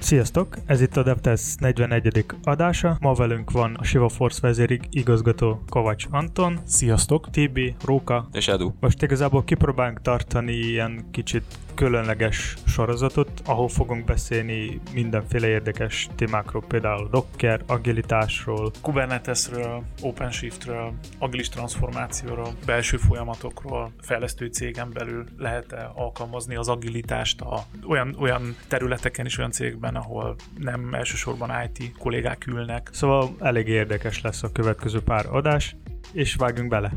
Sziasztok! Ez itt a DevTest 41. adása. Ma velünk van a Shiva Force vezérigazgató Kovács Anton. Sziasztok! Tibi, Róka. És Edu. Most igazából kipróbálunk tartani ilyen kicsit különleges sorozatot, ahol fogunk beszélni mindenféle érdekes témákról, például Docker, agilitásról, Kubernetesről, OpenShiftről, agilis transformációról, belső folyamatokról, fejlesztő cégen belül lehet-e alkalmazni az agilitást olyan területeken is, olyan cégben, ahol nem elsősorban IT kollégák ülnek. Szóval elég érdekes lesz a következő pár adás, és vágjunk bele!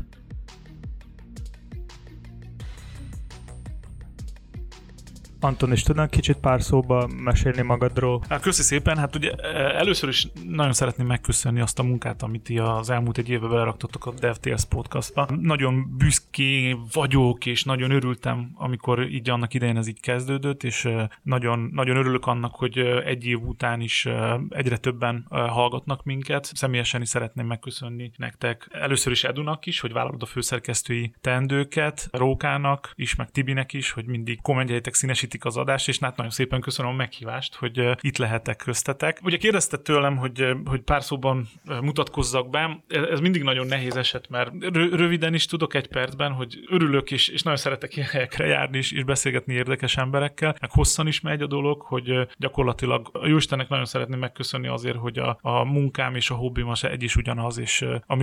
Anton, is tudnánk kicsit pár szóba mesélni magadról? Köszi szépen, hát ugye először is nagyon szeretném megköszönni azt a munkát, amit ti az elmúlt egy évben beleraktatok a DevTales podcastba. Nagyon büszké vagyok, és nagyon örültem, amikor így annak idején ez így kezdődött, és nagyon, nagyon örülök annak, hogy egy év után is egyre többen hallgatnak minket. Személyesen is szeretném megköszönni nektek először is Edunak is, hogy vállalod a főszerkesztői teendőket, Rókának is, meg Tibinek is, hogy mindig kommentjeitek, színesítik az adást, és nagyon szépen köszönöm a meghívást, hogy itt lehetek köztetek. Ugye kérdezted tőlem, hogy pár szóban mutatkozzak be. Ez mindig nagyon nehéz eset, mert röviden is tudok egy percben, hogy örülök, és nagyon szeretek ilyen helyekre járni, és beszélgetni érdekes emberekkel, meg hosszan is megy a dolog, hogy gyakorlatilag a Jóistennek nagyon szeretném megköszönni azért, hogy a munkám és a hobbim az egy is ugyanaz, és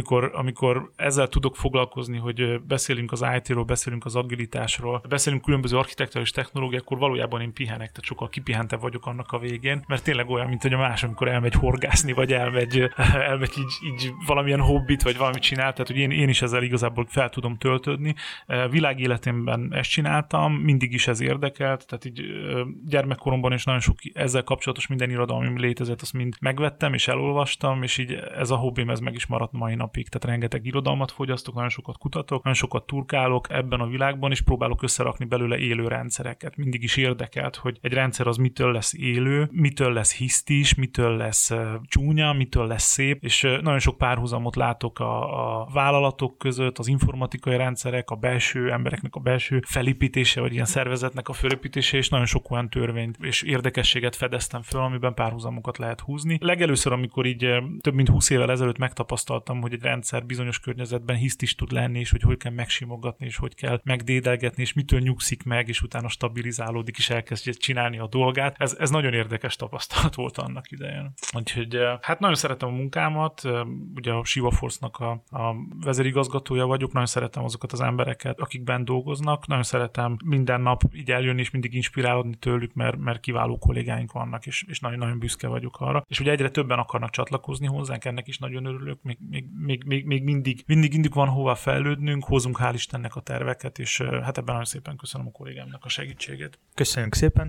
amikor ezzel tudok foglalkozni, hogy beszélünk az IT-ról, beszélünk az agilitásról, beszélünk különböző architekturális technológiákról, valójában én pihenek, tehát sokkal kipihentebb vagyok annak a végén, mert tényleg olyan, mint hogy a más, amikor elmegy horgászni, vagy elmegy így valamilyen hobbit, vagy valamit csinál, tehát hogy én is ezzel igazából fel tudom töltődni. Világéletemben ezt csináltam, mindig is ez érdekelt, tehát így gyermekkoromban is nagyon sok ezzel kapcsolatos minden irodalom, ami létezett, azt mind megvettem, és elolvastam, és így ez a hobbim, ez meg is maradt mai napig, tehát rengeteg irodalmat fogyasztok, nagyon sokat kutatok, nagyon sokat turkálok ebben a világban, és próbálok összerakni belőle élő rendszereket. Mindig is érdekelt, hogy egy rendszer az mitől lesz élő, mitől lesz hisztis, mitől lesz csúnya, mitől lesz szép, és nagyon sok párhuzamot látok a vállalatok között, az informatikai rendszerek, a belső embereknek a belső felépítése, vagy ilyen szervezetnek a felépítése, és nagyon sok olyan törvényt és érdekességet fedeztem föl, amiben párhuzamokat lehet húzni. Legelőször, amikor így több mint 20 évvel ezelőtt megtapasztaltam, hogy egy rendszer bizonyos környezetben hisztis tud lenni, és hogy kell megsimogatni, és hogy kell megdédelgetni, és mitől nyugszik meg, és utána stabilizálódik, és elkezdje csinálni a dolgát. Ez nagyon érdekes tapasztalat volt annak idején. Úgyhogy hát nagyon szeretem a munkámat, ugye a Shiva Force-nak a vezérigazgatója vagyok, nagyon szeretem azokat az embereket, akikben dolgoznak, nagyon szeretem minden nap így eljönni, és mindig inspirálódni tőlük, mert kiváló kollégáink vannak, és nagyon-nagyon büszke vagyok arra. És ugye egyre többen akarnak csatlakozni hozzánk, ennek is nagyon örülök, még mindig van hova fejlődnünk, hozunk hál' Istennek a terveket, és hát ebben nagyon szépen köszönöm a kollégámnak a segítséget. Köszönjük szépen!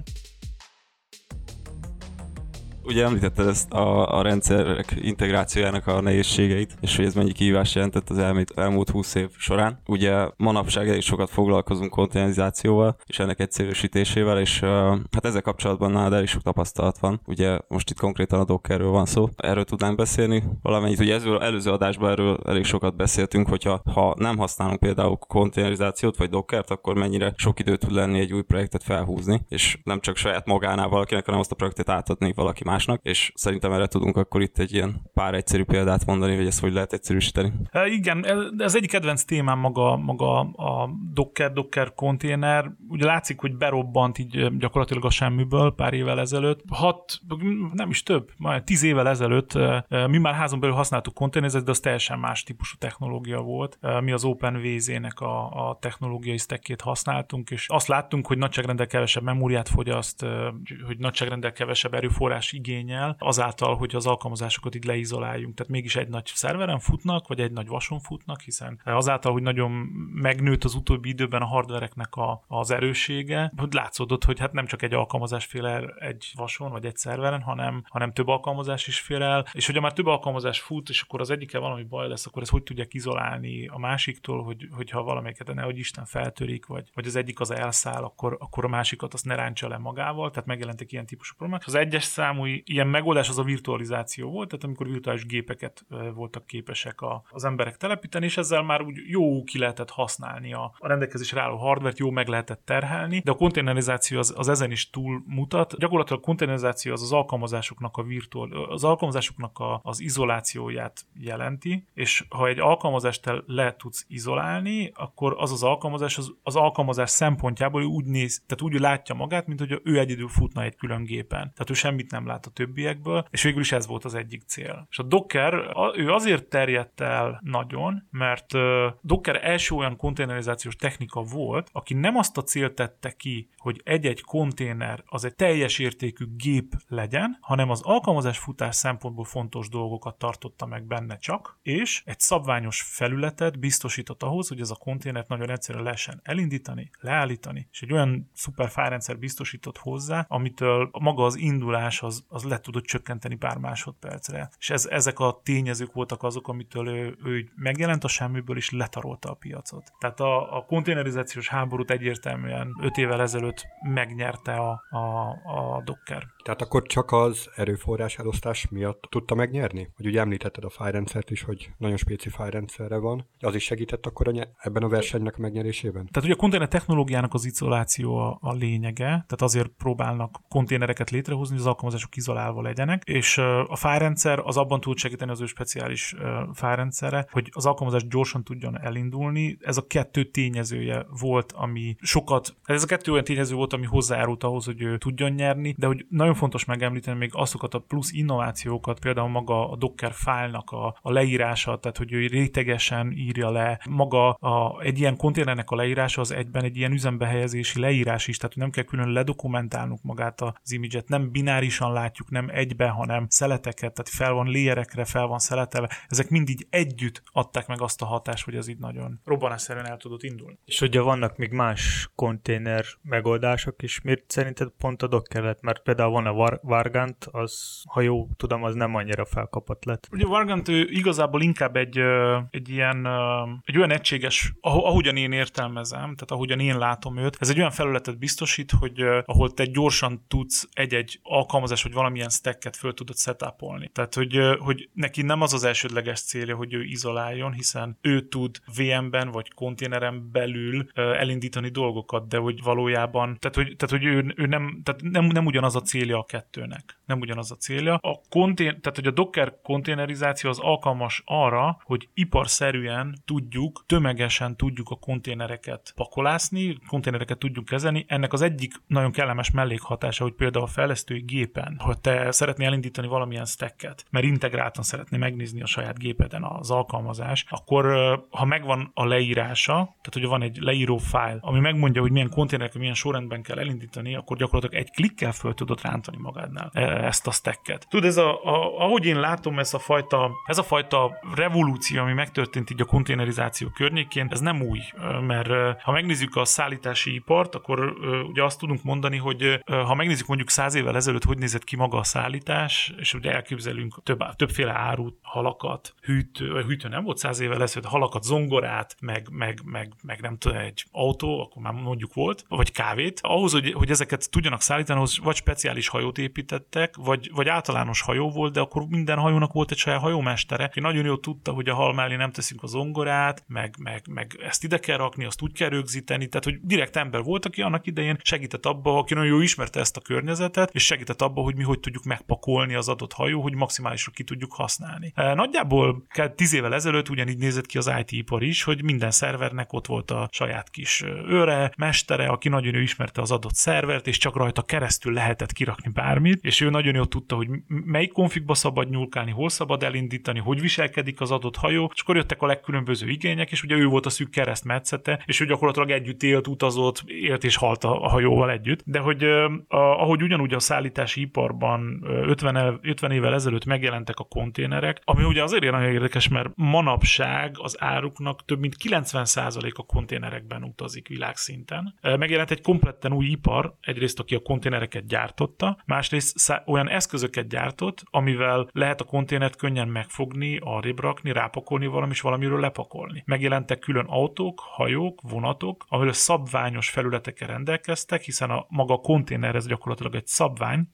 Ugye említetted ezt a rendszerek integrációjának a nehézségeit, és hogy ez mennyi kihívást jelentett az elmúlt 20 év során. Ugye manapság elég sokat foglalkozunk konténerizációval, és ennek egyszerűsítésével, és hát ezzel kapcsolatban nálad elég sok tapasztalat van. Ugye most itt konkrétan a Dockerről van szó. Erről tudnánk beszélni valamennyit. Ugye előző adásban erről elég sokat beszéltünk, hogyha nem használunk például konténerizációt vagy Dockert, akkor mennyire sok idő tud lenni egy új projektet felhúzni, és nem csak saját magánál valakinek, hanem azt a projektet átadni valaki másnak, és szerintem erre tudunk akkor itt egy ilyen pár egyszerű példát mondani, hogy ezt hogy lehet egyszerűsíteni. Igen, ez egyik kedvenc témám maga a Docker konténer. Ugye látszik, hogy berobbant így gyakorlatilag a semmiből pár évvel ezelőtt. nem is több, majd 10 évvel ezelőtt mi már házon belül használtuk konténerezet, de az teljesen más típusú technológia volt. Mi az OpenWZ-nek a technológiai stackét használtunk, és azt láttunk, hogy nagyságrendel kevesebb memóriát fogyaszt, hogy nagyságrendel kevesebb erőforrás igényel, azáltal, hogy az alkalmazásokat így leizoláljunk. Tehát mégis egy nagy szerveren futnak, vagy egy nagy vason futnak, hiszen azáltal, hogy nagyon megnőtt az utóbbi időben a hardvereknek az erőssége, hogy látszódott, hogy hát nem csak egy alkalmazás fél el egy vason, vagy egy szerveren, hanem több alkalmazás is fél el, és hogyha már több alkalmazás fut, és akkor az egyikkel valami baj lesz, akkor ezt hogy tudják izolálni a másiktól, hogyha valamelyiket nehogy Isten feltörik, vagy az egyik az elszáll, akkor a másikat azt ne ráncsa le magával, tehát megjelentek ilyen típusú problémák. Az egyes számú ami ilyen megoldás, az a virtualizáció volt, tehát amikor virtuális gépeket voltak képesek az emberek telepíteni, és ezzel már úgy jó ki lehetett használni a rendelkezésre álló hardvert, jó meg lehetett terhelni, de a konténerizáció az ezen is túl mutat. Gyakorlatilag a konténerizáció az alkalmazásoknak az izolációját jelenti, és ha egy alkalmazást te le tudsz izolálni, akkor az alkalmazás az alkalmazás szempontjából úgy látja magát, mint hogy ő egyedül futna egy külön gépen. Tehát ő semmit nem lát a többiekből, és végül is ez volt az egyik cél. És a Docker, ő azért terjedt el nagyon, mert Docker első olyan konténerizációs technika volt, aki nem azt a célt tette ki, hogy egy-egy konténer az egy teljes értékű gép legyen, hanem az alkalmazás futás szempontból fontos dolgokat tartotta meg benne csak, és egy szabványos felületet biztosított ahhoz, hogy ez a konténert nagyon egyszerűen lehessen elindítani, leállítani, és egy olyan szuper fájlrendszer biztosított hozzá, amitől maga az indulás az le tudott csökkenteni pár másodpercre. És ezek a tényezők voltak azok, amitől ő megjelent a semmiből, és letarolta a piacot. Tehát a konténerizációs háborút egyértelműen 5 évvel ezelőtt megnyerte a Docker. Tehát akkor csak az erőforrás elosztás miatt tudta megnyerni? Hogy ugye említetted a fájlrendszert is, hogy nagyon spéci fájlrendszerre van. Az is segített akkor ebben a versenynek a megnyerésében? Tehát ugye a konténer technológiának az izoláció a lényege, tehát azért próbálnak konténereket létrehozni, hogy az alkalmazások izolálva legyenek, és a fájlrendszer az abban tud segíteni az ő speciális fájlrendszerre, hogy az alkalmazás gyorsan tudjon elindulni. Ez a 2 tényezője volt, ez a 2 olyan tényező volt, ami hozzájárult ahhoz, hogy ő tudjon nyerni, de hogy nagyon fontos megemlíteni még azokat a plusz innovációkat, például maga a Docker fájlnak a leírása, tehát hogy ő rétegesen írja le, maga egy ilyen konténernek a leírása az egyben egy ilyen üzembehelyezési leírás is, tehát nem kell külön ledokumentálnunk magát az image-et, nem binárisan látjuk, nem egybe, hanem szeleteket, tehát fel van layerekre, fel van szeletelve, ezek mind így együtt adták meg azt a hatást, hogy ez így nagyon robbanásszerűen el tudott indulni. És ugye vannak még más konténer megoldások is, miért szerinted pont a Docker lett? Mert például van a Vargant, az, ha jó tudom, az nem annyira felkapott lett. Ugye a Vargant igazából inkább egy olyan egységes, ahogyan én értelmezem, tehát ahogyan én látom őt, ez egy olyan felületet biztosít, hogy ahol te gyorsan tudsz egy alkalmazás, vagy valamilyen stacket föl tudod setupolni. Tehát, hogy neki nem az elsődleges célja, hogy ő izoláljon, hiszen ő tud VM-ben vagy konténeren belül elindítani dolgokat, de hogy valójában, tehát hogy ő nem ugyanaz a célja a kettőnek. Nem ugyanaz a célja. Tehát, hogy a Docker konténerizáció az alkalmas arra, hogy iparszerűen tömegesen tudjuk a konténereket pakolászni, konténereket tudjuk kezelni. Ennek az egyik nagyon kellemes mellékhatása, hogy például a fejlesztői gépen, hogy te szeretnél elindítani valamilyen stacket, mert integráltan szeretné megnézni a saját gépeden az alkalmazás, akkor ha megvan a leírása, tehát hogy van egy leíró fájl, ami megmondja, hogy milyen konténereket, milyen sorrendben kell elindítani, akkor gyakorlatilag egy klikkel föl tudod rántani magádnál ezt a stacket. Tudod, ahogy én látom, ez a fajta revolúció, ami megtörtént így a konténerizáció környékén, ez nem új, mert ha megnézzük a szállítási ipart, akkor ugye azt tudunk mondani, hogy ha megnézzük mondjuk 100 évvel ezelőtt, hogy nézett ki maga a szállítás, és ugye elképzelünk többféle árut, halakat, hűtő nem volt 100 évvel ezelőtt, halakat, zongorát, meg nem tudom, egy autó, akkor már mondjuk volt, vagy kávét. Ahhoz, hogy ezeket tudjanak szállítani, ahhoz vagy speciális hajót építettek, vagy általános hajó volt, de akkor minden hajónak volt egy saját hajómestere, aki nagyon jól tudta, hogy a hal mellé nem teszünk a zongorát, meg ezt ide kell rakni, azt úgy kell rögzíteni, tehát hogy direkt ember volt, aki annak idején segített abba, aki nagyon jól ismerte ezt a környezetet, és segített abba, hogy mi hogy tudjuk megpakolni az adott hajó, hogy maximálisra ki tudjuk használni. Nagyjából 10 évvel ezelőtt ugyanígy nézett ki az IT-ipar is, hogy minden szervernek ott volt a saját kis őre, mestere, aki nagyon jól ismerte az adott szervert, és csak rajta keresztül lehetett kirakni bármit, és ő nagyon jól tudta, hogy melyik konfigba szabad nyúlkálni, hol szabad elindítani, hogy viselkedik az adott hajó, és akkor jöttek a legkülönböző igények, és ugye ő volt a szűk keresztmetszete, és ő gyakorlatilag együtt élt, utazott, élt és halt a hajóval együtt. De hogy ahogy ugyanúgy a szállítási iparban 50 évvel ezelőtt megjelentek a konténerek, ami ugye azért nagyon érdekes, mert manapság az áruknak több mint 90% a konténerekben utazik világszinten. Megjelent egy kompletten új ipar, egyrészt aki a konténereket gyártotta, másrészt olyan eszközöket gyártott, amivel lehet a konténert könnyen megfogni, arrébb rakni, rápakolni valami, és valamiről lepakolni. Megjelentek külön autók, hajók, vonatok, ahol szabványos felületekkel rendelkeztek, hiszen maga a konténer ez gyakorlatilag egy szabvány, és ezen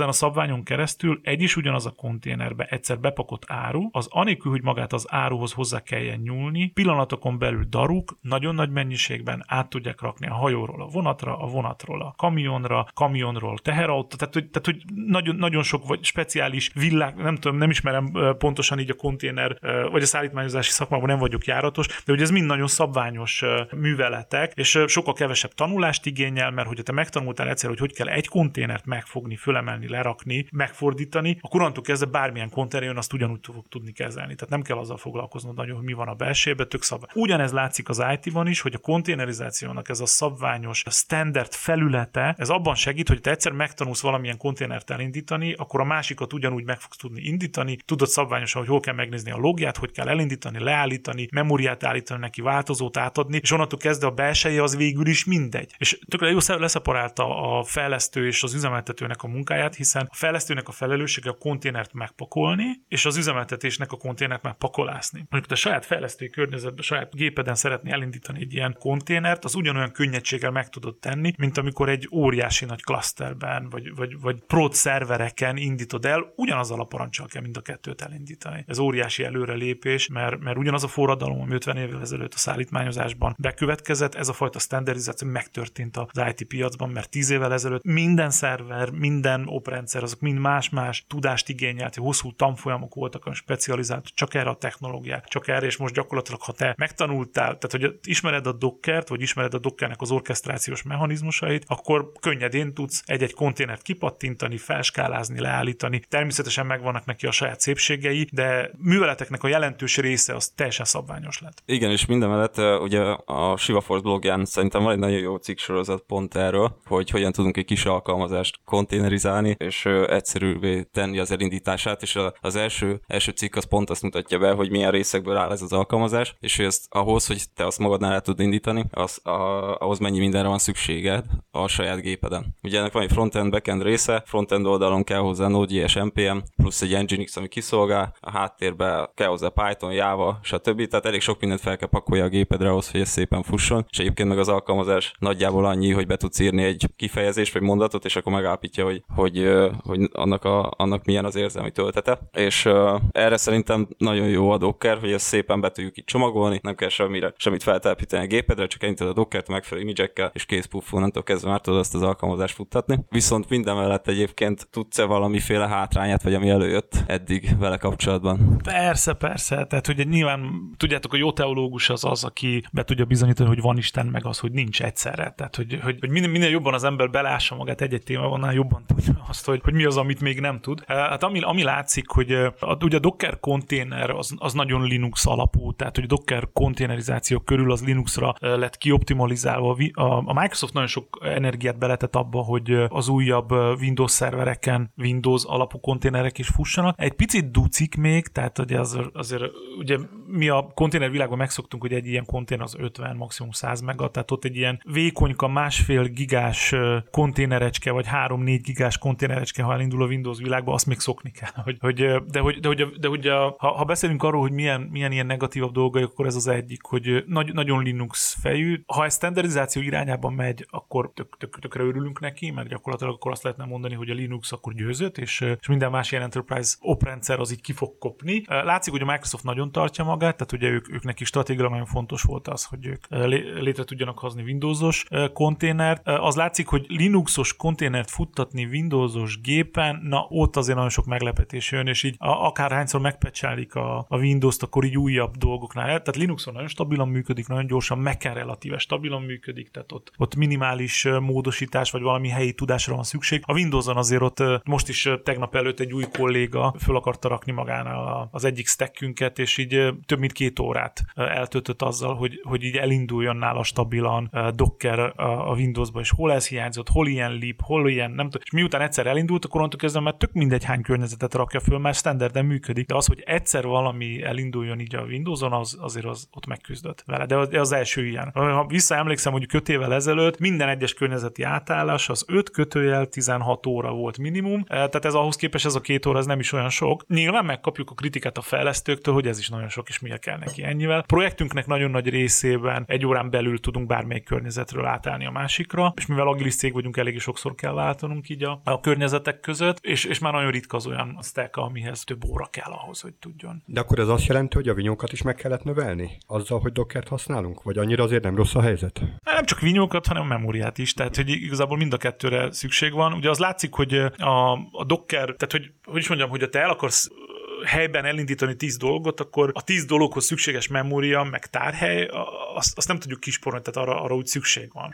ezen a szabványon keresztül egy is ugyanaz a konténerbe egyszer bepakott áru, az anélkül, hogy magát az áruhoz hozzá kelljen nyúlni, pillanatokon belül daruk nagyon nagy mennyiségben át tudják rakni a hajóról a vonatról a kamionról teherautó, tehát hogy nagyon, nagyon sok vagy speciális villák, nem tudom, nem ismerem pontosan így a konténer, vagy a szállítmányozási szakmában nem vagyok járatos, de hogy ez mind nagyon szabványos műveletek, és sokkal kevesebb tanulást igényel, mert hogyha te megtanultál egyszer, hogy kell egy konténert megfogni, fölemelni, lerakni, megfordítani, akkor onnantól kezdve bármilyen konténer jön, azt ugyanúgy fog tudni kezelni. Tehát nem kell azzal foglalkoznod nagyon, hogy mi van a belsejében, tök szabvány. Ugyanez látszik az IT-ban is, hogy a konténerizációnak ez a szabványos standard felülete, ez abban segít, hogy te egyszer megtanulsz valamilyen konténert elindítani, akkor a másikat ugyanúgy meg fogsz tudni indítani, tudod szabványosan, hogy hol kell megnézni a logját, hogy kell elindítani, leállítani, memóriát állítani neki, változót átadni, és onnantól kezdve a belseje az végül is mindegy. És tökre jó leszeparálta a fejlesztő és az üzemeltetőnek a munkáját, hiszen a fejlesztőnek a felelőssége a konténert megpakolni, és az üzemeltetésnek a konténert megpakolászni. Mondjuk a saját fejlesztői környezetben, saját gépeden szeretné elindítani egy ilyen konténert, az ugyanolyan könnyedséggel meg tudod tenni, mint amikor egy óriási nagy klaszterben, vagy prod szervereken indítod el, ugyanazzal a parancsal kell mind a kettőt elindítani. Ez óriási előrelépés, mert ugyanaz a forradalom, ami 50 évvel ezelőtt a szállítmányozásban bekövetkezett, ez a fajta standardizáció megtörtént az IT piacban, mert 10 évvel ezelőtt minden szerver, minden oprendszer, azok mind más-más tudást igényelt, hosszú tanfolyamok voltak, ami specializált csak erre a technológiát, csak erre, és most gyakorlatilag, ha te megtanultál, tehát hogy ismered a Dockert, vagy ismered a Dockernek az orkesztrációs mechanizmusait, akkor könnyedén tudsz egy-egy konténert kipattintani, felskálázni, leállítani. Természetesen megvannak neki a saját szépségei, de műveleteknek a jelentős része az teljesen szabványos lett. Igen, és mindemellett ugye a Shivaforce blogján szerintem van egy nagyon jó cikksorozat pont erről, hogy hogyan tudunk egy kis alkalmazást konténerizálni, és egyszerűvé tenni az elindítását, és az első cikk az pont azt mutatja be, hogy milyen részekből áll ez az alkalmazás, és hogy ezt ahhoz, hogy te azt magadnál el tud indítani, ahhoz mennyi mindenre van szükséged a saját gépeden. Ugye ennek van egy frontend, backend része, frontend oldalon kell hozzá Node.js, NPM, plusz egy Nginx, ami kiszolgál, a háttérben kell hozzá Python, Java, stb. Tehát elég sok mindent fel kell pakolja a gépedre ahhoz, hogy ez szépen fusson, és egyébként meg az alkalmazás nagyjából annyi, hogy be tudsz írni egy kifejezést vagy mondatot, és akkor megállapítja, hogy annak milyen az érzelmi töltete. És erre szerintem nagyon jó a Docker, hogy ezt szépen be tudjuk itt csomagolni, nem kell semmit feltelepíteni a gépedre, csak elindítod a Dockert megfelelő image-ekkel, és kész puff, onnantól kezdve már tudod azt az alkalmazást futtatni. Viszont mindemellett egyébként tudsz-e valamiféle hátrányát, vagy ami előjött eddig vele kapcsolatban? Persze. Tehát ugye nyilván tudjátok, hogy jó teológus az, aki be tudja bizonyítani, hogy van Isten, meg az, hogy nincs egyszerre. Tehát, hogy minél jobban az ember belássa magát egy-egy témában, annál jobban tudja azt, hogy mi az, amit még nem tud. Hát ami látszik, hogy ugye a Docker konténer az nagyon Linux alapú, tehát hogy a Docker konténerizáció körül az Linuxra lett kioptimalizálva. A Microsoft nagyon sok energiát beletett abba, hogy az újabb Windows szervereken Windows alapú konténerek is fussanak. Egy picit ducik még, tehát ugye azért ugye mi a konténer világban megszoktunk, hogy egy ilyen konténer az 50, maximum 100 mega, tehát ott egy ilyen vékonyka 1,5 gigás konténerecske, vagy 3-4 gigás konténerecske, ha elindul a Windows világba, azt még szokni kell. De hogy ha beszélünk arról, hogy milyen ilyen negatívabb dolgai, akkor ez az egyik, hogy nagyon Linux fejű. Ha ez standardizáció irányában megy, akkor tökre örülünk neki, mert gyakorlatilag akkor azt lehetne mondani, hogy a Linux akkor győzött, és minden más ilyen enterprise oprendszer az így ki fog kopni. Látszik, hogy a Microsoft nagyon tartja magát, tehát ugye ők neki stratégiailag nagyon fontos volt az, hogy ők létre tudjanak hozni Windowsos konténert. Az látszik, hogy Linuxos konténert futtatni Windowsos gépen, na ott azért nagyon sok meglepetés jön, és így akárhányszor megpecselik a Windows-t, akkor így újabb dolgoknál. Tehát Linuxon nagyon stabilan működik, nagyon gyorsan, Mac-en relatíve stabilan működik, tehát ott minimális módosítás vagy valami helyi tudásra van szükség. A Windows-on azért ott most is tegnap előtt egy új kolléga föl akarta rakni magánál az egyik stackünket, és így több mint 2 órát eltöltött azzal, hogy így elinduljon nála stabilan Docker a Windowsba, és hol ez hiányzott, hol ilyen lib, hol ilyen, nem tudom. És miután egyszer elindult, akkor onnantól kezdve már tök mindegy hány környezetet rakja föl, már standarden működik, de az, hogy egyszer valami elinduljon így a Windowson, azért az ott megküzdött vele. De az első ilyen. Ha visszaemlékszem, hogy 5 évvel ezelőtt minden egyes környezeti átállás az 5-16 óra volt minimum, tehát ez ahhoz képest ez a 2 óra ez nem is olyan sok. Nyilván megkapjuk a kritikát a fejlesztőktől, hogy ez is nagyon sok, és miért kell neki ennyivel. Projektünknek nagyon nagy részében 1 órán belül tudunk bármelyik környezetről átállni a másikra, és mivel agilis cég vagyunk, eléggé sokszor kell váltanunk így a környezetek között, és már nagyon ritka az olyan stack, amihez több óra kell ahhoz, hogy tudjon. De akkor ez azt jelenti, hogy a vinyókat is meg kellett növelni? Azzal, hogy Dockert használunk? Vagy annyira azért nem rossz a helyzet? Nem csak vinyókat, hanem a memóriát is, tehát hogy igazából mind a kettőre szükség van. Ugye az látszik, hogy a Docker, tehát hogy is mondjam, hogy te el akarsz helyben elindítani 10 dolgot, akkor a 10 dologhoz szükséges memória, meg tárhely, azt nem tudjuk kisporolni, tehát arra úgy szükség van.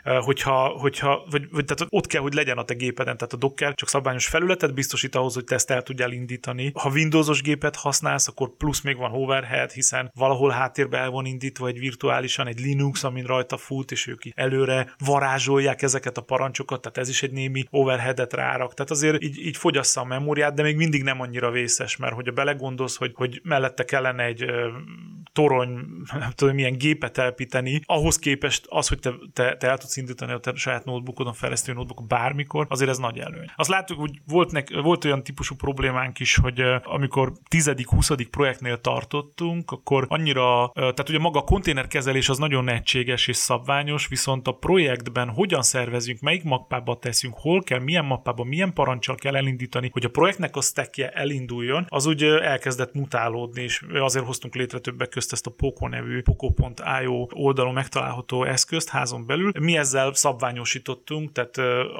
Tehát ott kell, hogy legyen a te gépeden, tehát a Docker csak szabványos felületet biztosít ahhoz, hogy te ezt el tudjál indítani. Ha Windowsos gépet használsz, akkor plusz még van overhead, hiszen valahol háttérbe el van indítva egy virtuálisan egy Linux, amin rajta fut, és ők előre varázsolják ezeket a parancsokat, tehát ez is egy némi overheadet rárak. Tehát azért így fogyassza a memóriát, de még mindig nem annyira vészes, mert hogy belegondolsz, hogy mellette kellene egy torony, nem tudom, milyen gépet elpíteni, ahhoz képest az, hogy te el tudsz indítani a te saját notebookodon, fejlesztő notebookon bármikor, azért ez nagy előny. Azt láttuk, hogy volt olyan típusú problémánk is, hogy amikor 10.-20. projektnél tartottunk, akkor annyira, tehát ugye maga a konténerkezelés az nagyon egységes és szabványos, viszont a projektben hogyan szervezünk, melyik mappába teszünk, hol kell, milyen mappába, milyen parancsal kell elindítani, hogy a projektnek a stackje elinduljon, az úgy elkezdett mutálódni, és azért hoztunk létre többek közt ezt a Poco nevű poco.io oldalon megtalálható eszközt házon belül. Mi ezzel szabványosítottunk, tehát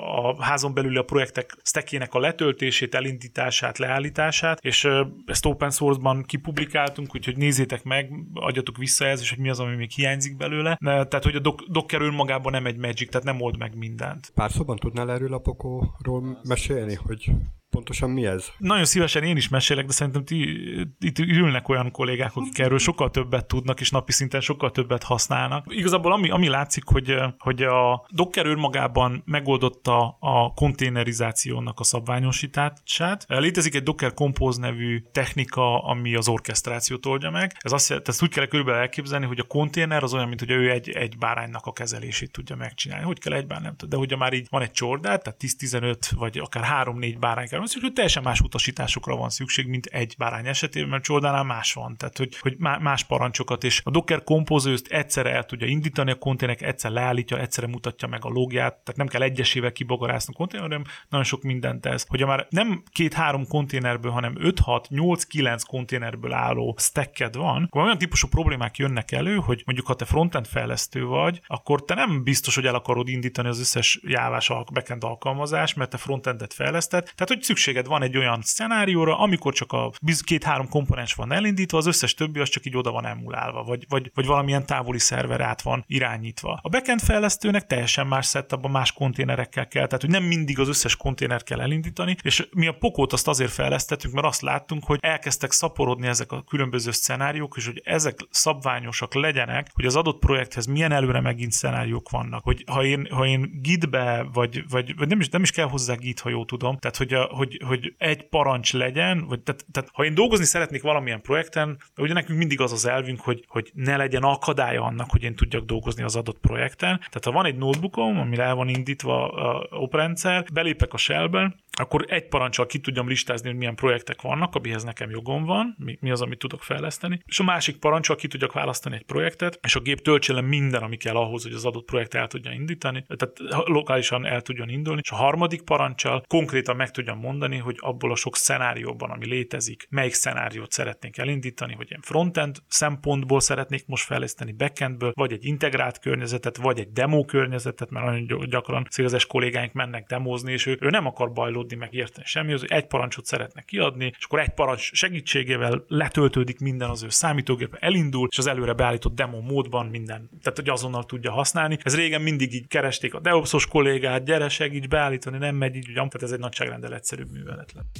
a házon belül a projektek stackjének a letöltését, elindítását, leállítását, és ezt open source-ban kipublikáltunk, úgyhogy nézzétek meg, adjatok visszajelzést, hogy mi az, ami még hiányzik belőle. Tehát, hogy a Docker önmagában nem egy magic, tehát nem old meg mindent. Pár szóban tudnál erről a Pocoról mesélni, hogy pontosan mi ez? Nagyon szívesen én is mesélek, de szerintem itt ülnek olyan kollégák, akik erről sokkal többet tudnak, és napi szinten sokkal többet használnak. Igazából ami látszik, hogy a Docker önmagában megoldotta a konténerizációnak a szabványosítását. Létezik egy Docker Compose nevű technika, ami az orkesztrációt oldja meg. Ezt úgy kell körülbelül elképzelni, hogy a konténer az olyan, mint hogy ő egy báránynak a kezelését tudja megcsinálni. Hogy kell egy bárány, nem tudom, de hogyha már így van egy csordát, tehát 10-15 vagy akár 3-4 bárány kell, hogy teljesen más utasításokra van szükség, mint egy bárány esetében, mert csordánál más van, tehát hogy más parancsokat, és a Docker Compose ezt egyszerre el tudja indítani, a konténerek egyszer leállítja, egyszerre mutatja meg a logját, tehát nem kell egyesével kibagarászni a konténer, hanem nagyon sok mindent tesz. Hogyha már nem 2-3 konténerből, hanem 5-6-8-9 konténerből álló stacked van, akkor olyan típusú problémák jönnek elő, hogy mondjuk ha te frontend fejlesztő vagy, akkor te nem biztos, hogy el akarod indítani az összes jávás backend alkalmazást, mert te frontendet fejleszted, tehát hogy szükséged van egy olyan szenárióra, amikor csak a 2-3 komponens van elindítva, az összes többi az csak így oda van emulálva, vagy valamilyen távoli szerver át van irányítva. A backend fejlesztőnek teljesen más setupban, más konténerekkel kell, tehát hogy nem mindig az összes konténert kell elindítani, és mi a Pocót azt azért fejlesztettünk, mert azt láttunk, hogy elkezdtek szaporodni ezek a különböző szenáriók, és hogy ezek szabványosak legyenek, hogy az adott projekthez milyen előre megint szenáriók vannak, hogy ha én Gitbe, vagy nem is kell hozzá Git, ha jól tudom, tehát hogy egy parancs legyen, vagy tehát ha én dolgozni szeretnék valamilyen projekten, ugye nekünk mindig az elvünk, hogy ne legyen akadálya annak, hogy én tudjak dolgozni az adott projekten. Tehát ha van egy notebookom, amire el van indítva a oprendszer, belépek a shellbe, akkor egy parancsal ki tudjam listázni, hogy milyen projektek vannak, amihez nekem jogom van, mi az, amit tudok fejleszteni, és a másik parancsal ki tudjak választani egy projektet, és a gép töltse le minden, ami kell ahhoz, hogy az adott projekt el tudja indítani, tehát lokálisan el tudjon indulni, és a harmadik parancsal konkrétan meg tudjam mondani, hogy abból a sok szenárióban, ami létezik, melyik szenáriót szeretnénk elindítani, hogy én frontend szempontból szeretnék most fejleszteni backendből, vagy egy integrált környezetet, vagy egy demo környezetet, mert nagyon gyakran szélzes kollégáink mennek demozni, és ő nem akar bajlódni, meg érteni semmi, az egy parancsot szeretne kiadni, és akkor egy parancs segítségével letöltődik minden az ő számítógépe, elindul, és az előre beállított demo módban minden, tehát hogy azonnal tudja használni. Ez régen mindig így keresték a DevOps-os kollégát, gyere, segíts beállítani, nem megy így, tehát ez egy nagyságrendel egyszerűbb művelet lett.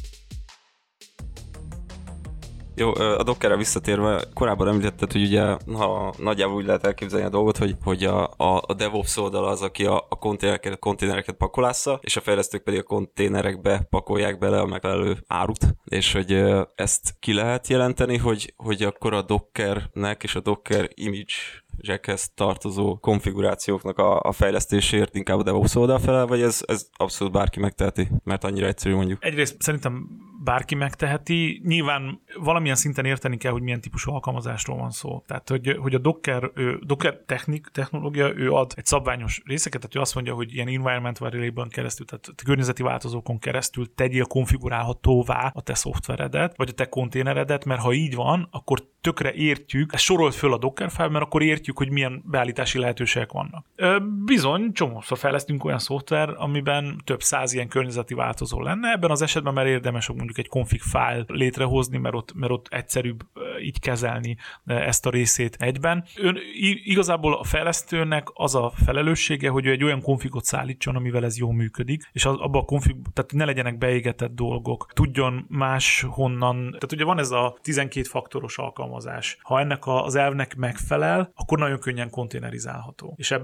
Jó, a Dockerre visszatérve, korábban említetted, hogy ugye ha nagyjából úgy lehet elképzelni a dolgot, hogy a DevOps oldal az, aki a konténereket pakolásza, és a fejlesztők pedig a konténerekbe pakolják bele a megfelelő árut, és hogy ezt ki lehet jelenteni, hogy akkor a Dockernek és a Docker image jackhez tartozó konfigurációknak a fejlesztéséért inkább a DevOps oldal felel, vagy ez abszolút bárki megteheti, mert annyira egyszerű mondjuk? Egyrészt szerintem bárki megteheti. Nyilván valamilyen szinten érteni kell, hogy milyen típusú alkalmazásról van szó. Tehát, hogy a Docker technológia, ő ad egy szabványos részeket, tehát ő azt mondja, hogy ilyen environment variable-on keresztül, tehát környezeti változókon keresztül tegyél konfigurálhatóvá a te szoftveredet, vagy a te konténeredet, mert ha így van, akkor tökre értjük, ezt sorolt föl a Dockerfile, mert akkor értjük, hogy milyen beállítási lehetőségek vannak. Bizony, csomószor fejlesztünk olyan szoftver, amiben több száz ilyen környezeti változó lenne. Ebben az esetben már érdemes mondjuk egy config file létrehozni, mert ott egyszerűbb így kezelni ezt a részét egyben. Igazából a fejlesztőnek az a felelőssége, hogy ő egy olyan konfigot szállítson, amivel ez jól működik, és abban a konfig, tehát ne legyenek beégetett dolgok, tudjon máshonnan, tehát ugye van ez a 12 faktoros alkalmazás. Ha ennek az elvnek megfelel, akkor nagyon könnyen konténerizálható. És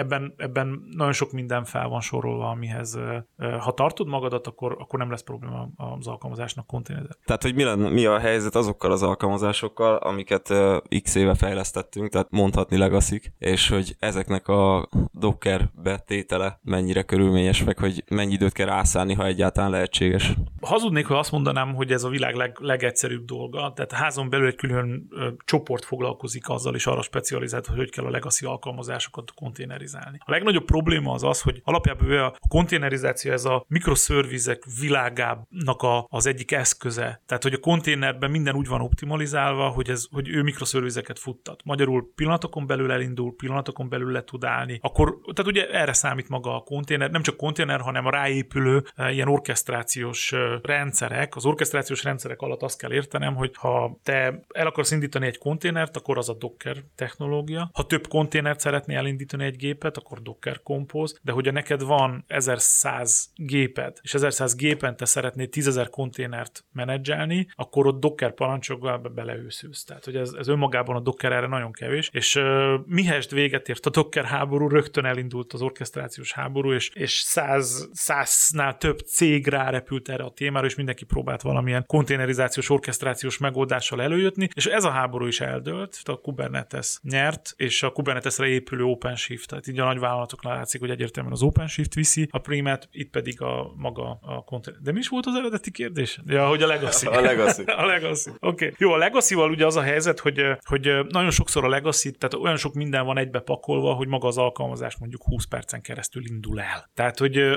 ebben nagyon sok minden fel van sorolva, amihez ha tartod magadat, akkor nem lesz probléma az alkalmazásnak konténerizálni. Tehát, hogy mi a helyzet azokkal az alkalmazásokkal, amiket x éve fejlesztettünk, tehát mondhatni legacy-k, és hogy ezeknek a Docker betétele mennyire körülményes, meg hogy mennyi időt kell rászállni, ha egyáltalán lehetséges. Hazudnék, ha azt mondanám, hogy ez a világ legegyszerűbb dolga, tehát a házon belül egy külön csoport foglalkozik azzal, és arra specializált, hogy kell a legacy alkalmazásokat konténerizálni. A legnagyobb probléma az, hogy alapjában a konténerizáció ez a mikroszervizek világának az egyik eszköze. Tehát, hogy a konténerben minden úgy van optimalizálva, hogy ő mikroszervizeket futtat. Magyarul pillanatokon belül elindul, pillanatokon belül le tud állni. Tehát ugye erre számít maga a konténer, nem csak konténer, hanem a ráépülő ilyen orkesztrációs rendszerek. Az orkesztrációs rendszerek alatt azt kell értenem, hogy ha te el akarsz indítani egy konténert, akkor az a Docker technológia. Ha több konténert szeretnél elindítani egy gépet, akkor Docker Compose, de hogyha neked van 1100 géped, és 1100 gépen te szeretnél 10.000 konténert menedzselni, akkor ott Docker parancsokba beleőszülsz. Tehát, hogy ez önmagában a Docker erre nagyon kevés, és mihest véget ért a Docker háború, rögtön elindult az orkesztrációs háború, és 100-nál több cég rárepült erre a témára, és mindenki próbált valamilyen konténerizációs, orkesztrációs megoldással előjötni, és ez a háború is eldőlt, a Kubernetes nyert, és a Kubernetesre épülő OpenShift, tehát így a nagyvállalatoknál látszik, hogy egyértelműen az OpenShift viszi a primet, itt pedig a maga a konténer. De mi is volt az eredeti kérdés? Ja, hogy a legacy. A legacy. A legacy. Oké. Jó, a legacy-val ugye az a helyzet, hogy nagyon sokszor a legacy, tehát olyan sok minden van egybe pakolva, hogy maga az alkalmazás mondjuk 20 percen keresztül indul el. Tehát,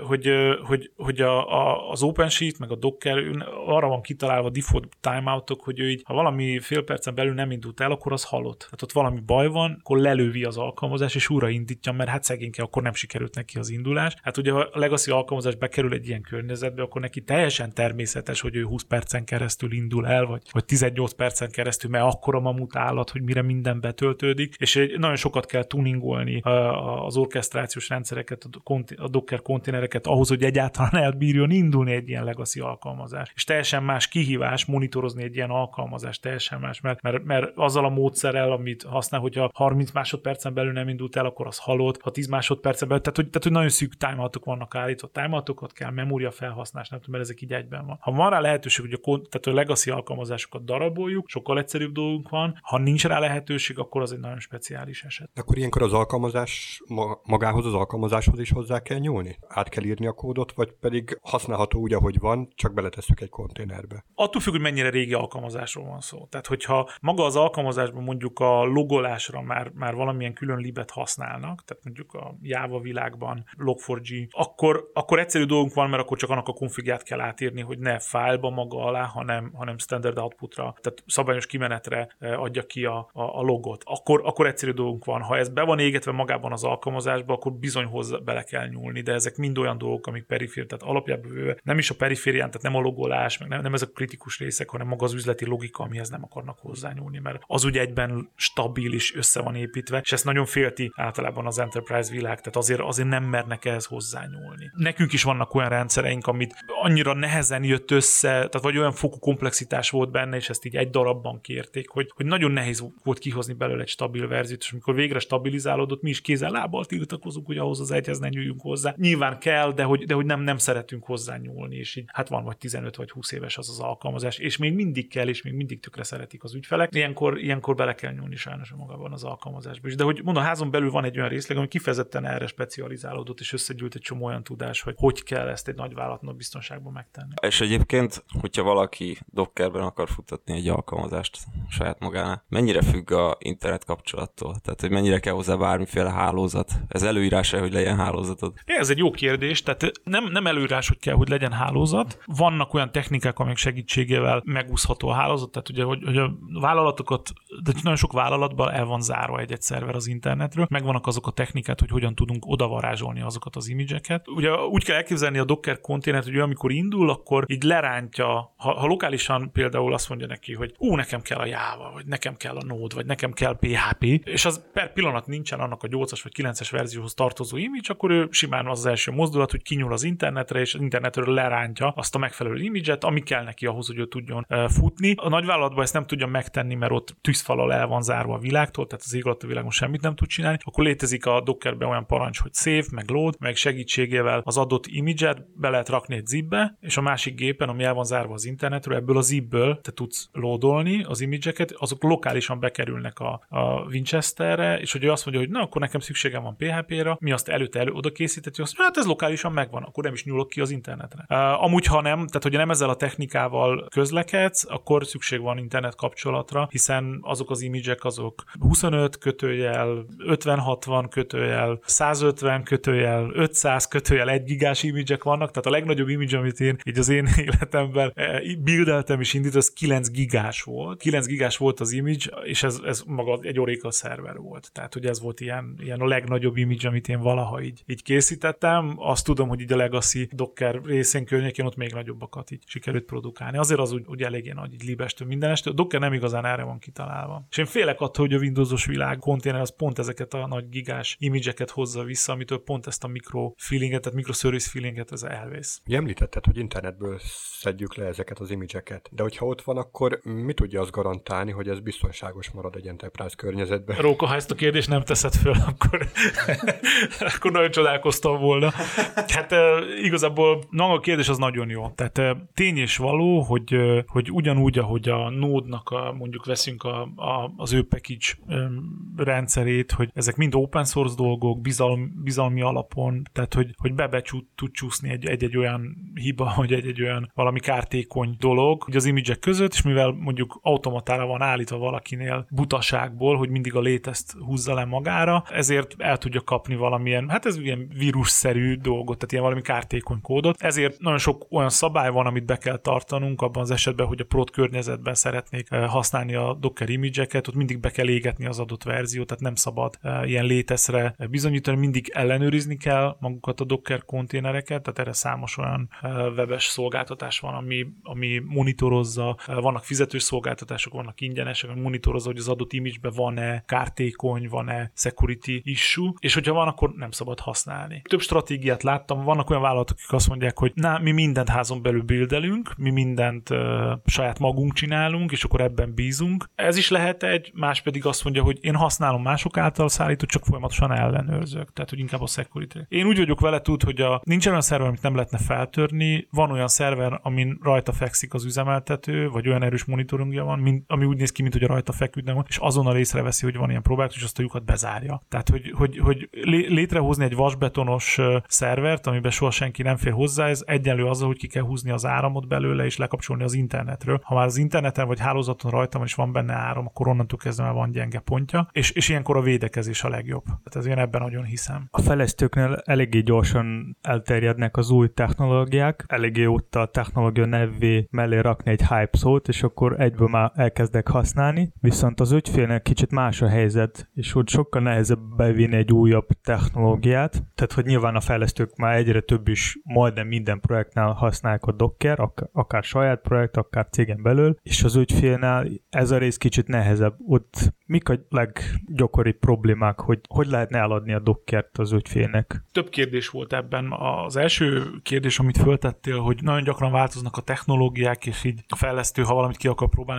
hogy az OpenShift meg a Docker arra van kitalálva default timeoutok, hogy ő így, ha valami fél percen belül nem indult el, akkor az halott. Tehát ott valami baj van, akkor lelövi az alkalmazás, és újraindítja, mert hát szegényke, akkor nem sikerült neki az indulás. Hát ugye, ha a legacy alkalmazás bekerül egy ilyen környezetbe, akkor neki teljesen természetes, hogy ő 20 percen keresztül indul el, vagy 18 percen keresztül, mert akkora mamut állat, hogy mire minden betöltődik, és nagyon sokat kell tuningolni az orkesztrációs rendszereket, a Docker konténereket ahhoz, hogy egyáltalán elbírjon indulni egy ilyen legacy alkalmazás. És teljesen más kihívás monitorozni egy ilyen alkalmazást, teljesen más, mert azzal a módszerrel, amit használ, hogyha 30 másodpercen belül nem indult el, akkor az halott, ha 10 másodpercen belül, tehát hogy nagyon szűk timeoutok vannak állítva, timeoutokat kell, memória felhasználás, nem tudom, mert ezek így egyben van. Ha van rá lehetőség, hogy tehát a legacy alkalmazásokat daraboljuk, sokkal egyszerűbb dolgunk van, ha nincs rá lehetőség, akkor az egy nagyon speciális eset. Akkor ilyenkor az alkalmazás magához, az alkalmazáshoz is hozzá kell nyúlni? Át kell írni a kódot, vagy pedig használható úgy, ahogy van, csak beletesszük egy konténerbe? Attól függ, hogy mennyire régi alkalmazásról van szó. Tehát, hogyha maga az alkalmazásban mondjuk a logolásra már valamilyen külön libet használnak, tehát mondjuk a Java világban Log4j, akkor egyszerű dolgunk van, mert akkor csak annak a konfigját kell átírni, hogy ne fájlba maga alá, hanem standard outputra, tehát szabályos kimenetre adja ki a logot. Akkor egyszerű dolgunk van. Ha ez be van égetve magában az alkalmazásba, akkor bizony hozzá bele kell nyúlni, de ezek mind olyan dolgok, amik perifér, tehát alapjában nem is a periférián, tehát nem a logolás, meg nem ezek a kritikus részek, hanem maga az üzleti logika, amihez nem akarnak hozzányúlni, mert az ugye egyben stabil is össze van építve, és ezt nagyon félti általában az enterprise világ, tehát azért nem mernek ehhez hozzányúlni. Nekünk is vannak olyan rendszereink, amit annyira nehezen jött össze, tehát vagy olyan fokú komplexitás volt benne, és ezt így egy darabban állandóan kérték, hogy nagyon nehéz volt kihozni belőle egy stabil verziót, és amikor végre stabilizálódott, mi is kézzel-lábbal tiltakozunk, hogy ahhoz az egyhez ne nyúljunk hozzá. Nyilván kell, de hogy nem szeretünk hozzá nyúlni, és így hát van vagy 15 vagy 20 éves az alkalmazás, és még mindig kell, és még mindig tökre szeretik az ügyfelek. Ilyenkor bele kell nyúlni sajnos magában az alkalmazásba is. De hogy mondom, a házon belül van egy olyan részleg, ami kifejezetten erre specializálódott, és összegyűlt egy csomó olyan tudás, hogy kell ezt egy nagy vállalatnak biztonságban megtenni. És egyébként, hogyha valaki Dockerben akar futtatni egy alkalmazást saját magánál, mennyire függ a internet kapcsolattól? Tehát, hogy mennyire kell hozzá bármiféle hálózat? Ez előírása, hogy legyen hálózatod? Ez egy jó kérdés, tehát nem előírás, hogy kell, hogy legyen hálózat. Vannak olyan technikák, amik segítségével megúszható a hálózat, tehát ugye, hogy a vállalatokat, de nagyon sok vállalatban el van zárva egy szerver az internetről, megvannak azok a technikák, hogy hogyan tudunk odavarázsolni azokat az imidzseket. Ugye úgy kell elképzelni a Docker konténert, hogy amikor indul, akkor így lerántja, ha lokálisan például azt mondja neki, hogy nekem kell a Java, vagy nekem kell a Node, vagy nekem kell PHP, és az per pillanat nincsen annak a 8-as vagy 9-es verzióhoz tartozó image, akkor ő simán az első mozdulat, hogy kinyúl az internetre, és az internetről lerántja azt a megfelelő imidzset, ami kell neki ahhoz, hogy ő tudjon futni. A nagyvállalatban ezt nem tudja megtenni, mert ott tűzfalal el van zárva a világtól, tehát az ég alatt a világon semmit nem tud csinálni. Akkor létezik a Dockerben olyan parancs, hogy save, meg load, meg segítségével az adott imidzset be lehet rakni egy zipbe, és a másik gépen, ami el van zárva az internetről, ebből a zipből te tudsz loadolni az imidzseket, azok lokálisan bekerülnek a Winchesterre, és hogy ő azt mondja, hogy na, akkor nekem szükségem van PHP-ra, mi azt előtte oda készített, hogy hát ez lokálisan megvan, akkor nem is nyúlok ki az internetre. Amúgy, ha nem, tehát hogyha nem ezzel a technikával közlekedsz, akkor szükség van internet kapcsolatra, hiszen azok az imidzsek azok 25 kötőjel, 50-60 kötőjel, 150 kötőjel, 500 kötőjel 1 gigás imidzsek vannak, tehát a legnagyobb image, amit én így az én életemben buildeltem és indít, az 9 gigás volt. 9 gigás volt az image, és ez maga egy Oracle szerver volt. Tehát, hogy ez volt ilyen a legnagyobb image, amit én valaha így készítettem. Azt tudom, hogy így a Legacy Docker részén környékén ott még nagyobbakat így sikerült produkálni. Azért az úgy eléggé nagy, így libestől mindenestől. A Docker nem igazán erre van kitalálva. És én félek attól, hogy a Windowsos világ konténer az pont ezeket a nagy gigás image-eket hozza vissza, amitől pont ezt a mikroservice feelinget ez elvész. Említetted, hogy internetből szedjük le ezeket az image-eket, de hogyha ott van, akkor mi tudja azt garantálni, hogy ez biztonságos marad egy enterprise környezetben? Róka, ha ezt a kérdést nem teszed föl, akkor nagyon csodálkoztam volna. Hát igazából a kérdés az nagyon jó. Tehát tény és való, hogy ugyanúgy, ahogy a Node-nak mondjuk veszünk az ő package rendszerét, hogy ezek mind open source dolgok, bizalmi alapon, tehát hogy be tud csúszni egy olyan hiba, hogy egy olyan valami kártékony dolog, hogy az image-ek között, és mivel mondjuk automatára van állítva valakinél butaságból, hogy mindig a létezt húzza le magára, ezért el tudja kapni valamilyen, hát ez ilyen vírusszerű dolgot, tehát ilyen valami kártékony kódot. Ezért nagyon sok olyan szabály van, amit be kell tartanunk abban az esetben, hogy a prod környezetben szeretnék használni a Docker image-eket, ott mindig be kell égetni az adott verziót, tehát nem szabad ilyen léteszre bizonyítani, mindig ellenőrizni kell magukat a Docker konténereket, tehát erre számos olyan webes szolgáltatás van, ami monitorozza, vannak fizetős szolgáltatások, vannak ingyenesek, ami monitorozza, hogy az adott image-ben van-e kártékony, van-e security issue, és hogyha van, akkor nem szabad használni. Több stratégiát láttam, vannak olyan vállalatok, akik azt mondják, hogy mi mindent házon belül buildelünk, mi mindent saját magunk csinálunk, és akkor ebben bízunk. Ez is lehet más pedig azt mondja, hogy én használom mások által szállított, csak folyamatosan ellenőrzök, tehát hogy inkább a security. Én úgy vagyok vele hogy nincs olyan szerver, amit nem lehetne feltörni, van olyan szerver, amin rajta fekszik az üzemeltető, vagy olyan erős monitorungja van, ami úgy néz ki, mint hogy a rajta feküdne van, és azonnal észreveszi, hogy van ilyen próbálkozás, és azt a lyukat bezárja. Tehát, hogy létrehozni egy vasbetonos szervert, amiben soha senki nem fér hozzá, ez egyenlő azzal, hogy ki kell húzni az áramot belőle, és lekapcsolni az internetről. Ha már az interneten vagy hálózaton rajta van, és van benne áram, akkor onnantól kezdve van gyenge pontja, és ilyenkor a védekezés a legjobb. Tehát én ebben nagyon hiszem. A fejlesztőknél eléggé gyorsan elterjednek az új technológiák, eléggé ott a technológia nevvé mellé rakni egy hype szót, és akkor egyből már elkezdek használni, viszont az ügyfélnél kicsit más a helyzet, és úgy sokkal nehezebb bevinni egy újabb technológiát, tehát hogy nyilván a fejlesztők már egyre több is majdnem minden projektnál használják a Docker, akár saját projekt, akár cégen belül, és az ügyfélnél ez a rész kicsit nehezebb. Ott mik a leggyakoribb problémák, hogy lehetne eladni a Dockert az ügyfélnek? Több kérdés volt ebben. Az első kérdés, amit föltettél, hogy nagyon gyakran változnak a technológiák, és így a fejlesztő, ha valamit ki akar próbálni,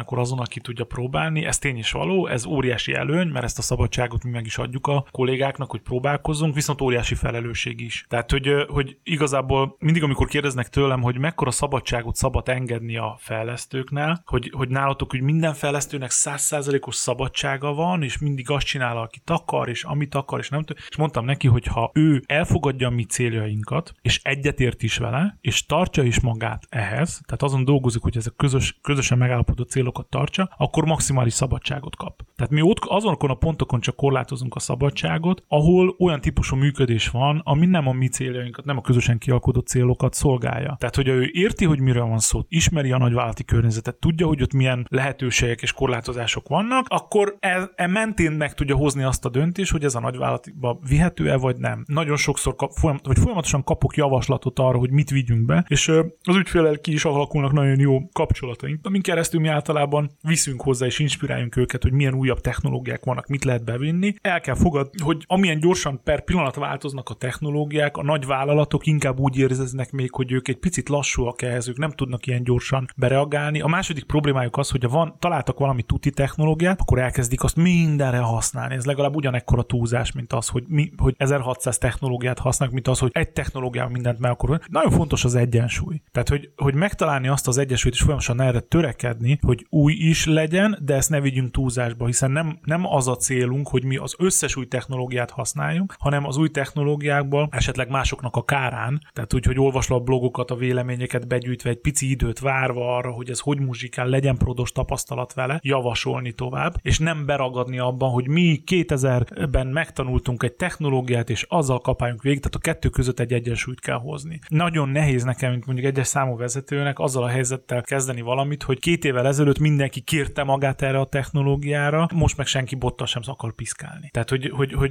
akkor azon, aki tudja próbálni. Ez tény is való, ez óriási előny, mert ezt a szabadságot mi meg is adjuk a kollégáknak, hogy próbálkozzunk, viszont óriási felelősség is. Tehát, hogy igazából mindig, amikor kérdeznek tőlem, hogy mekkora szabadságot szabad engedni a fejlesztőknél, hogy nálatok, hogy minden fejlesztőnek 100%-os szabadsága van, és mindig azt csinál, akit akar, és amit akar, és nem tud. És mondtam neki, hogy ha ő elfogadja a mi céljainkat, és egyetért is vele, és tartja is magát ehhez, tehát azon dolgozik, hogy ezek közösen megállapodott célokat tartsa, akkor maximális szabadságot kap. Tehát mi ott azonokon a pontokon csak korlátozunk a szabadságot, ahol olyan típusú működés van, ami nem a mi céljainkat, nem a közösen kialkodott célokat szolgálja. Tehát, hogy ő érti, hogy miről van szó, ismeri a nagyvállalati környezetet, tudja, hogy ott milyen lehetőségek és korlátozások vannak, akkor mentén meg tudja hozni azt a döntést, hogy ez a nagyvállalatiba vihető-e vagy nem. Nagyon sokszor folyamatosan kapok javaslatot arra, hogy mit vigyünk be, és az ügyféllel ki is alakulnak nagyon jó kapcsolataink, amin keresztül mi általában viszünk hozzá és inspiráljunk őket, hogy milyen újabb technológiák vannak, mit lehet bevinni. El kell fogadni, hogy amilyen gyorsan per pillanat változnak a technológiák, a nagy vállalatok inkább úgy érzeznek még, hogy ők egy picit lassúak ehhez, ők nem tudnak ilyen gyorsan bereagálni. A második problémájuk az, hogy találtak valami tuti technológiát, akkor elkezdik azt mindenre használni. Ez legalább ugyanekkora túlzás, mint az, hogy 1600 technológiát használnak, mint az, hogy egy technológiával mindent meg akarunk. Nagyon fontos az egyensúly. Tehát, hogy megtalálni azt az egyensúlyt, és folyamatosan erre törekedni, hogy új is legyen, de ezt ne vigyünk túlzásba, hiszen nem az a célunk, hogy mi az összes új technológiát használjunk, hanem az új technológiákból esetleg másoknak a kárán, tehát úgy, hogy olvasva a blogokat, a véleményeket begyűjtve, egy pici időt várva arra, hogy ez hogy muzsikál, legyen pródos tapasztalat vele, javasolni tovább, és nem beragadni abban, hogy mi 2000-ben megtanultunk egy technológiát, és azzal kapáljunk végig, tehát a kettő között egy egyensúlyt kell hozni. Nagyon nehéz nekem, mint mondjuk egyes számúvezetőnek azzal a helyzettel kezdeni valamit, hogy 2 évvel ezelőtt mindenki kérte magát erre a technológiára, most meg senki bottal sem akar piszkálni. Tehát, hogy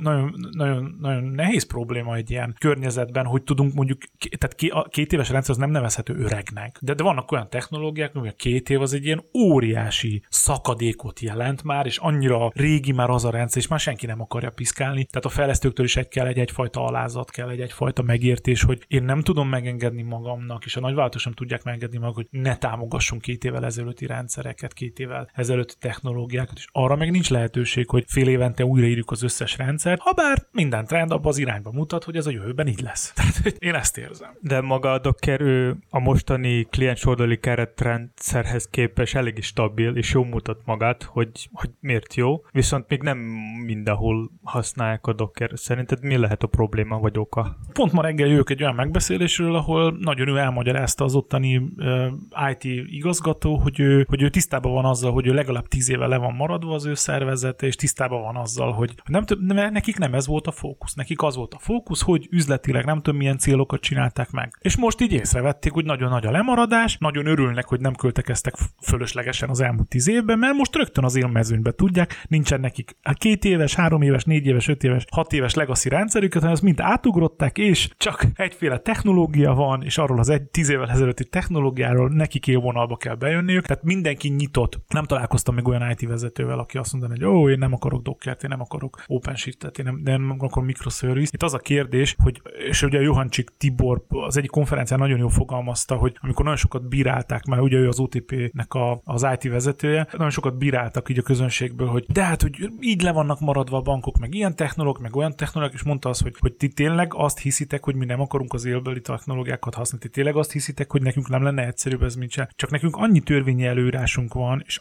nagyon nehéz probléma egy ilyen környezetben, hogy tudunk mondjuk, tehát a 2 éves rendszer az nem nevezhető öregnek. De vannak olyan technológiák, hogy a 2 év az egy ilyen óriási szakadékot jelent már, és annyira régi már az a rendszer, és már senki nem akarja piszkálni. Tehát a fejlesztőktől is kell egyfajta alázat, kell egyfajta megértés, hogy én nem tudom megengedni magamnak, és a nagyvállalatok sem tudják megengedni maguk, hogy ne támogassunk 2 évvel ezelőtti rendszereket, 2 évvel ezelőtti technológiákat, és arra meg nincs lehetőség, hogy fél évente újraírjuk az összes rendszert, habár minden trend abba az irányba mutat, hogy ez a jövőben így lesz. Tehát én ezt érzem. De maga a Docker a mostani kliens oldali keretrendszerhez képest elég is stabil, és jól mutat magát, hogy miért jó, viszont még nem mindenhol használják a Docker. Szerinted mi lehet a probléma vagy oka? Pont ma reggel jövök egy olyan megbeszélésről, ahol nagyon ő elmagyarázta az ottani IT igazgató, hogy ő tisztában van azzal, hogy ő legalább 10 éve le van maradva az ő szervezete, és tisztában van azzal, hogy nekik nem ez volt a fókusz. Nekik az volt a fókusz, hogy üzletileg nem tudom milyen célokat csinálták meg. És most így észrevették, hogy nagyon nagy a lemaradás, nagyon örülnek, hogy nem költekeztek fölöslegesen az elmúlt 10 évben, mert most rögtön az élmezőnybe tudják, nincsen nekik 2 éves, 3 éves, 4 éves, 5 éves, 6 éves legacy rendszerüket, hanem ezt mind átugrották, és csak egyféle technológia van, és arról az 10 évvel ezelőtti technológiáról nekik élvonalba kell bejönniük. Tehát mindenki nyitott. Nem találkoztam még olyan IT vezetővel, aki azt mondaná, hogy én nem akarok Dockert, én nem akarok OpenShift-et, én nem akarok microservice. Itt az a kérdés, hogy, és ugye a Johancsik Tibor az egyik konferencián nagyon jól fogalmazta, hogy amikor nagyon sokat bírálták, mert ugye ő az OTP-nek az IT vezetője, nagyon sokat bíráltak így a közönségből, hogy de hát, hogy így le vannak maradva a bankok, meg ilyen technológok, meg olyan technológok, és mondta azt, hogy ti tényleg azt hiszitek, hogy mi nem akarunk az élbeli technológiákat használni, ti tényleg azt hiszitek, hogy nekünk nem lenne egyszerűbb ez, mint se. Csak nekünk annyi törvényi előírásunk van, és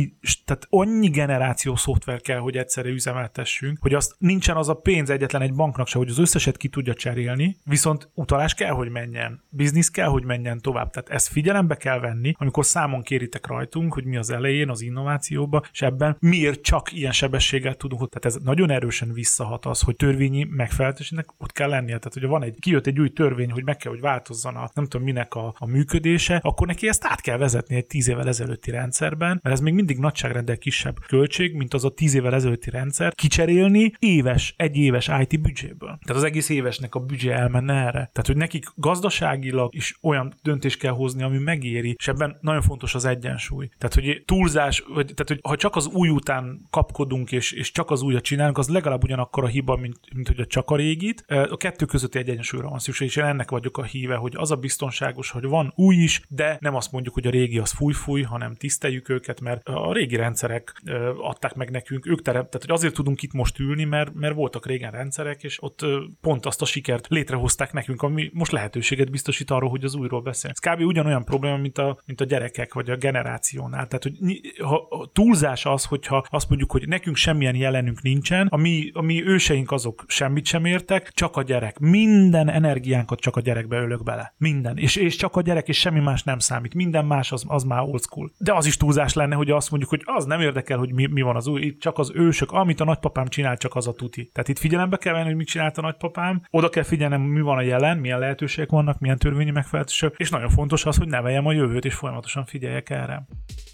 annyi generáció szoftver kell, hogy egyszerre üzemeltessünk, hogy azt nincsen az a pénz egyetlen egy banknak se, hogy az összeset ki tudja cserélni, viszont utalás kell, hogy menjen, biznisz kell, hogy menjen tovább. Tehát ezt figyelembe kell venni, amikor számon kéritek rajtunk, hogy mi az elején, az innovációba, és ebben miért csak ilyen sebességgel tudunk. Tehát ez nagyon erősen visszahat az, hogy törvényi megfelelésnek ott kell lennie. Tehát, hogyha kijött egy új törvény, hogy meg kell, hogy változzon nem tudom minek a működése, akkor neki ezt át kell vezetni egy 10 évvel ezelőtti rendszerben, mert ez még mindig nagyságrendel kisebb költség, mint az a 10 évvel ezelőtti rendszer kicserélni egy éves IT büdzséből. Tehát az egész évesnek a büdzsé elmenne erre. Tehát, hogy nekik gazdaságilag is olyan döntést kell hozni, ami megéri, és ebben nagyon fontos az egyensúly. Tehát, hogy túlzás, tehát, hogy ha csak az új után kapkodunk, és csak az újat csinálunk, az legalább ugyanakkor a hiba, mint hogy csak a régit. A kettő közötti egy egyensúlyra van szükség, és én ennek vagyok a híve, hogy az a biztonságos, hogy van új is, de nem azt mondjuk, hogy a régi az fúj, új, hanem tiszteljük őket, mert a régi rendszerek adták meg nekünk, tehát hogy azért tudunk itt most ülni, mert voltak régen rendszerek, és ott pont azt a sikert létrehozták nekünk, ami most lehetőséget biztosít arról, hogy az újról beszél. Ez kb. Ugyanolyan probléma, mint a gyerekek, vagy a generációnál. Tehát, hogy ha túlzás az, hogyha azt mondjuk, hogy nekünk semmilyen jelenünk nincsen, a mi őseink azok semmit sem értek, csak a gyerek. Minden energiánkat csak a gyerekbe ölök bele. Minden. És csak a gyerek, és semmi más nem számít. Minden más az már old school. De az is túlzás lenne, hogy azt mondjuk, hogy az nem érdekel, hogy mi van az új, itt csak az ősök, amit a nagypapám csinál, csak az a tuti. Tehát itt figyelembe kell venni, hogy mit csinált a nagypapám, oda kell figyelnem, mi van a jelen, milyen lehetőségek vannak, milyen törvényi megfelelések, és nagyon fontos az, hogy neveljem a jövőt, és folyamatosan figyeljek erre.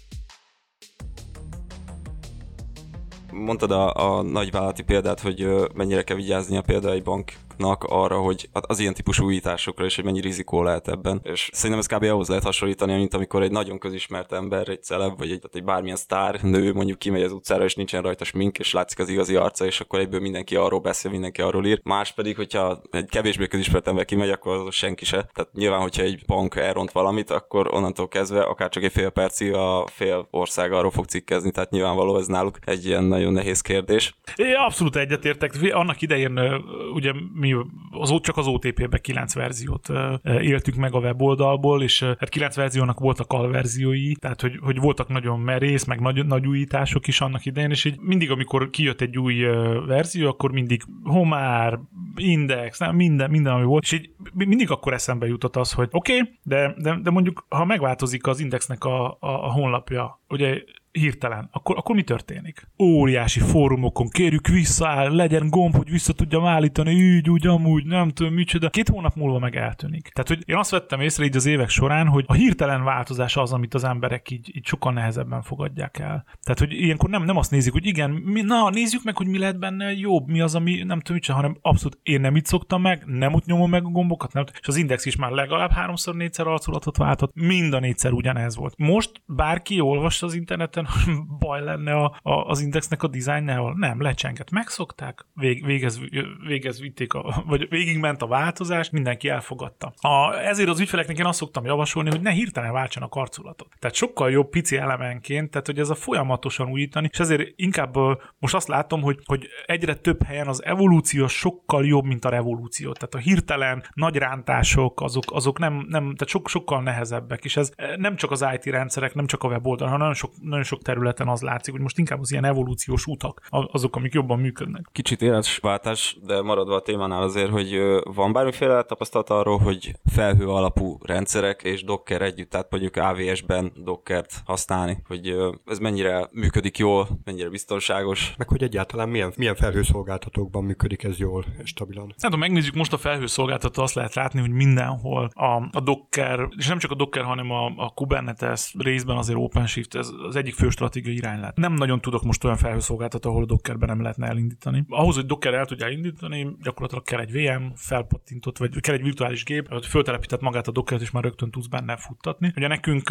Mondtad a nagyvállalati példát, hogy mennyire kell vigyázni a például egy banknak arra, hogy az ilyen típusú újításokra is, hogy mennyi rizikó lehet ebben. És szerintem ez kb. Ahhoz lehet hasonlítani, mint amikor egy nagyon közismert ember, egy celeb, vagy egy bármilyen sztár nő mondjuk kimegy az utcára, és nincsen rajta smink, és látszik az igazi arca, és akkor egyből mindenki arról beszél, mindenki arról ír. Más pedig, hogyha egy kevésbé közismert ember kimegy, akkor az senki se. Tehát nyilván, hogyha egy bank elront valamit, akkor onnantól kezdve akár csak egy fél percig a fél ország arról fog cikkezni, tehát nyilvánvaló ez náluk egy ilyen nagyon nehéz kérdés. Én abszolút egyetértek. Annak idején ugye mi csak az OTP-be 9 verziót éltük meg a weboldalból, és hát 9 verziónak voltak alverziói, tehát hogy voltak nagyon merész, meg nagy újítások is annak idején, és így mindig, amikor kijött egy új verzió, akkor mindig homár, index, minden, ami volt, és így mindig akkor eszembe jutott az, hogy oké, de mondjuk, ha megváltozik az indexnek a honlapja, ugye hirtelen, akkor mi történik? Óriási fórumokon kérjük vissza, legyen gomb, hogy vissza tudjam állítani, így, úgy, amúgy, nem tudom, micsoda. 2 hónap múlva meg eltűnik. Tehát, hogy én azt vettem észre így az évek során, hogy a hirtelen változás az, amit az emberek így sokkal nehezebben fogadják el. Tehát, hogy ilyenkor nem azt nézik, hogy igen, nézzük meg, hogy mi lehet benne jobb, mi az, ami nem tudom, micsoda, hanem abszolút én nem itt szoktam meg, nem ott nyomom meg a gombokat, nem, és az index is már legalább 3-4-szer arculatot váltott, mind a 4-szer ugyanez volt. Most bárki olvasta az interneten, baj lenne az indexnek a dizájnnával. Nem, lecsengett. Megszokták, végez vitték, vagy végigment a változás, mindenki elfogadta. Ezért az ügyfeleknek én azt szoktam javasolni, hogy ne hirtelen váltsanak arculatot. Tehát sokkal jobb pici elemenként, tehát hogy ez a folyamatosan újítani, és ezért inkább most azt látom, hogy egyre több helyen az evolúció sokkal jobb, mint a revolúció. Tehát a hirtelen nagy rántások, azok nem tehát sokkal nehezebbek, és ez nem csak az IT rendszerek, nem csak a weboldal, hanem nagyon sok területen az látszik, hogy most inkább az ilyen evolúciós utak azok, amik jobban működnek. Kicsit életváltás, de maradva a témánál azért, hogy van bármiféle tapasztalat arról, hogy felhő alapú rendszerek és Docker együtt, tehát mondjuk AWS-ben Dockert használni, hogy ez mennyire működik jól, mennyire biztonságos. Meg hogy egyáltalán milyen felhőszolgáltatókban működik ez jól és stabilan. Hát, ha megnézzük most a felhőszolgáltató, azt lehet látni, hogy mindenhol a Docker, és nem csak a Docker, hanem a Kubernetes részben azért OpenShift, ez az egyik fő stratégiai iránylat. Nem nagyon tudok most olyan felhőszolgáltató, ahol a Dockerben nem lehetne elindítani. Ahhoz, hogy Docker el tudja indítani, gyakorlatilag kell egy VM felpattintott, vagy kell egy virtuális gép, hogy föltelepített magát a Dockert, és már rögtön tudsz benne futtatni. Ugye nekünk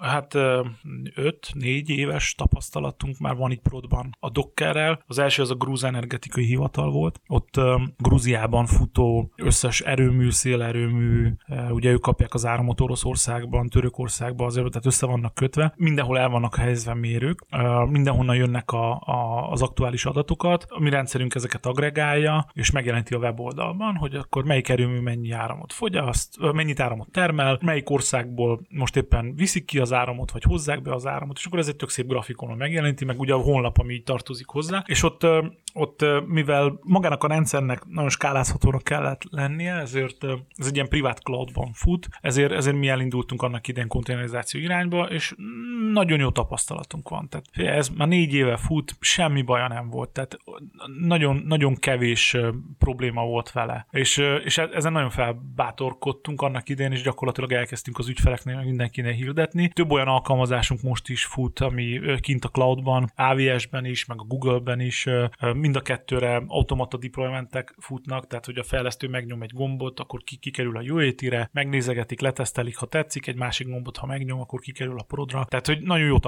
5-4 éves tapasztalatunk már van itt prodban a Dockerrel. Az első az a Grúz Energetikai Hivatal volt. Ott Grúziában futó összes erőmű, szélerőmű, ugye ők kapják az áramot Oroszországban, Törökországban, azért, tehát össze vannak kötve. Mindenhol el vannak helyezve mérők, mindenhonnan jönnek az aktuális adatokat, a mi rendszerünk ezeket agregálja, és megjelenti a weboldalban, hogy akkor melyik erőmű mennyi áramot fogyaszt, mennyit áramot termel, melyik országból most éppen viszik ki az áramot, vagy hozzák be az áramot, és akkor ez egy tök szép grafikonon megjelenti, meg ugye a honlap, ami így tartozik hozzá, és ott mivel magának a rendszernek nagyon skálázhatónak kellett lennie, ezért ez egy ilyen privát cloudban fut, ezért mi elindultunk annak idején konténerizáció irányba, és nagyon jó tapasztalatunk van. Tehát ez már 4 éve fut, semmi baja nem volt, tehát nagyon, nagyon kevés probléma volt vele. És ezen nagyon felbátorkodtunk annak idején, és gyakorlatilag elkezdtünk az ügyfeleknél mindenkinek hirdetni. Több olyan alkalmazásunk most is fut, ami kint a cloudban, AWS-ben is, meg a Google-ben is, mind a kettőre automata deploymentek futnak, tehát hogy a fejlesztő megnyom egy gombot, akkor kikerül a UAT-re, megnézegetik, letesztelik, ha tetszik, egy másik gombot, ha megnyom, akkor kikerül a prodra. Tehát, hogy nagyon jó tapasztalat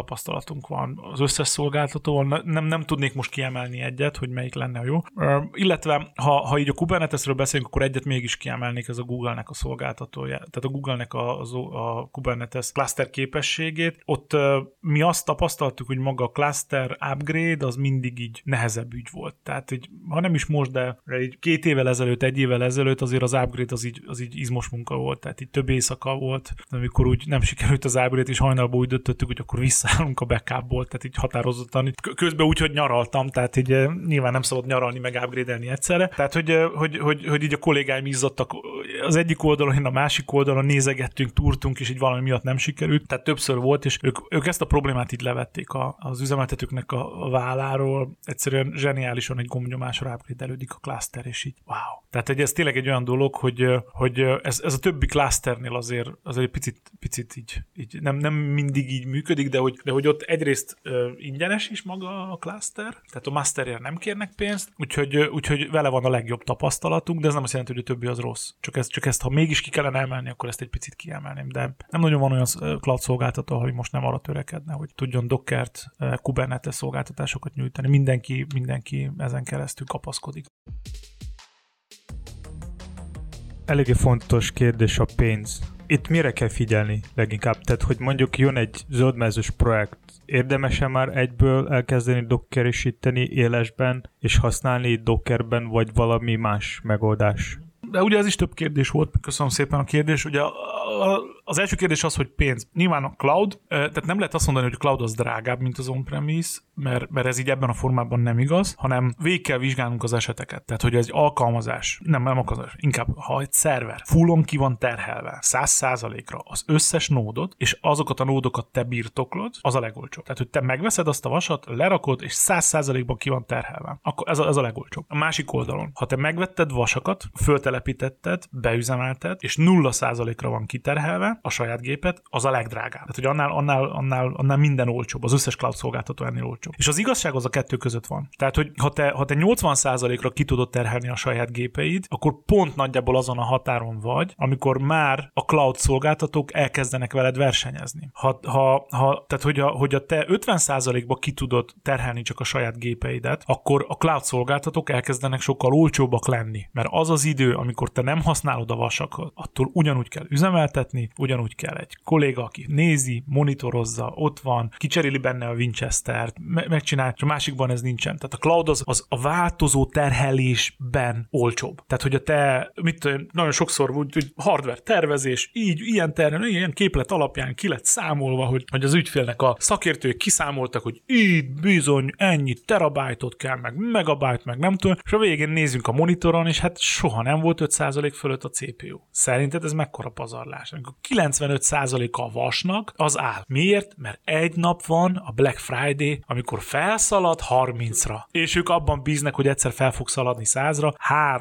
Microsoftunk van, az összes szolgáltatóval, nem tudnék most kiemelni egyet, hogy melyik lenne a jó. Illetve, ha így a Kubernetesről beszélünk, akkor egyet mégis kiemelnék, ez a Google-nek a szolgáltatója. Tehát a Google-nek a Kubernetes cluster képességét. Ott mi azt tapasztaltuk, hogy maga a cluster upgrade az mindig így nehezebb ügy volt. Tehát, hogy, ha nem is most, de egy 2 évvel ezelőtt, 1 évvel ezelőtt azért az upgrade az így izmos munka volt. Tehát így több éjszaka volt, amikor úgy nem sikerült az upgrade, és hajnalban úgy döntöttük, hogy akkor visszaállunk a backupból, tehát így határozottan. Közben úgy, hogy nyaraltam, tehát így nyilván nem szabad nyaralni, meg upgrade-elni egyszerre. Tehát, hogy így a kollégáim izzadtak az egyik oldalon, én a másik oldalon nézegettünk, túrtunk, és így valami miatt nem sikerült. Tehát többször volt, és ők ezt a problémát így levették az üzemeltetőknek a válláról. Egyszerűen zseniálisan egy gombnyomásra upgrade-elődik a cluster, és így wow. Tehát hogy ez tényleg egy olyan dolog, hogy ez a többi clusternél azért picit így nem mindig így működik, de hogy ott egyrészt ingyenes is maga a cluster, tehát a masterért nem kérnek pénzt, úgyhogy vele van a legjobb tapasztalatunk, de ez nem azt jelenti, hogy a többi az rossz. Csak ezt, ha mégis ki kellene emelni, akkor ezt egy picit kiemelném, de nem nagyon van olyan cloud szolgáltató, hogy most nem arra törekedne, hogy tudjon Dockert, Kubernetes szolgáltatásokat nyújtani. Mindenki ezen keresztül kapaszkodik. Eléggé fontos kérdés a pénz. Itt mire kell figyelni leginkább? Tehát, hogy mondjuk jön egy zöldmezős projekt, érdemes-e már egyből elkezdeni dockerisíteni élesben, és használni Dockerben, vagy valami más megoldás? De ugye ez is több kérdés volt, köszönöm szépen a kérdés. Ugye az első kérdés az, hogy pénz. Nyilván a cloud, tehát nem lehet azt mondani, hogy a cloud az drágább, mint az on-premise, mert ez így ebben a formában nem igaz, hanem végig kell vizsgálnunk az eseteket. Tehát, hogy ez egy alkalmazás, nem alkalmazás, inkább ha egy szerver fullon ki van terhelve 100%-ra az összes nódot, és azokat a nódokat te birtoklod, az a legolcsóbb. Tehát, hogy te megveszed azt a vasat, lerakod, és 100%-ban ki van terhelve. Akkor ez a legolcsóbb. A másik oldalon, ha te megvetted vasakat, föltelepítetted, beüzemelted, és 0%-ra van kiterhelve a saját gépet, az a legdrágább. Tehát, hogy annál minden olcsóbb, az összes cloud szolgáltató ennél olcsóbb. És az igazság az a kettő között van. Tehát, hogy ha te 80%-ra ki tudod terhelni a saját gépeid, akkor pont nagyjából azon a határon vagy, amikor már a cloud szolgáltatók elkezdenek veled versenyezni. Tehát, hogy te 50%-ba ki tudod terhelni csak a saját gépeidet, akkor a cloud szolgáltatók elkezdenek sokkal olcsóbbak lenni. Mert az az idő, amikor te nem használod a vasakat, attól ugyanúgy kell üzemeltetni, ugyanúgy kell egy kolléga, aki nézi, monitorozza, ott van, kicseréli benne a Winchester-t, megcsinál, és a másikban ez nincsen. Tehát a cloud az a változó terhelésben olcsóbb. Tehát, hogy nagyon sokszor hogy hardware tervezés, ilyen képlet alapján ki lett számolva, hogy az ügyfélnek a szakértők kiszámoltak, hogy itt bizony ennyi terabájtot kell, meg megabyte, meg nem tudom, és a végén nézzünk a monitoron, és hát soha nem volt 5% fölött a CPU. Szerinted ez mekkora pazarlás? Amikor 95%-a a vasnak, az áll. Miért? Mert egy nap van, a Black Friday, amikor felszalad 30-ra. És ők abban bíznek, hogy egyszer fel fog szaladni 100-ra,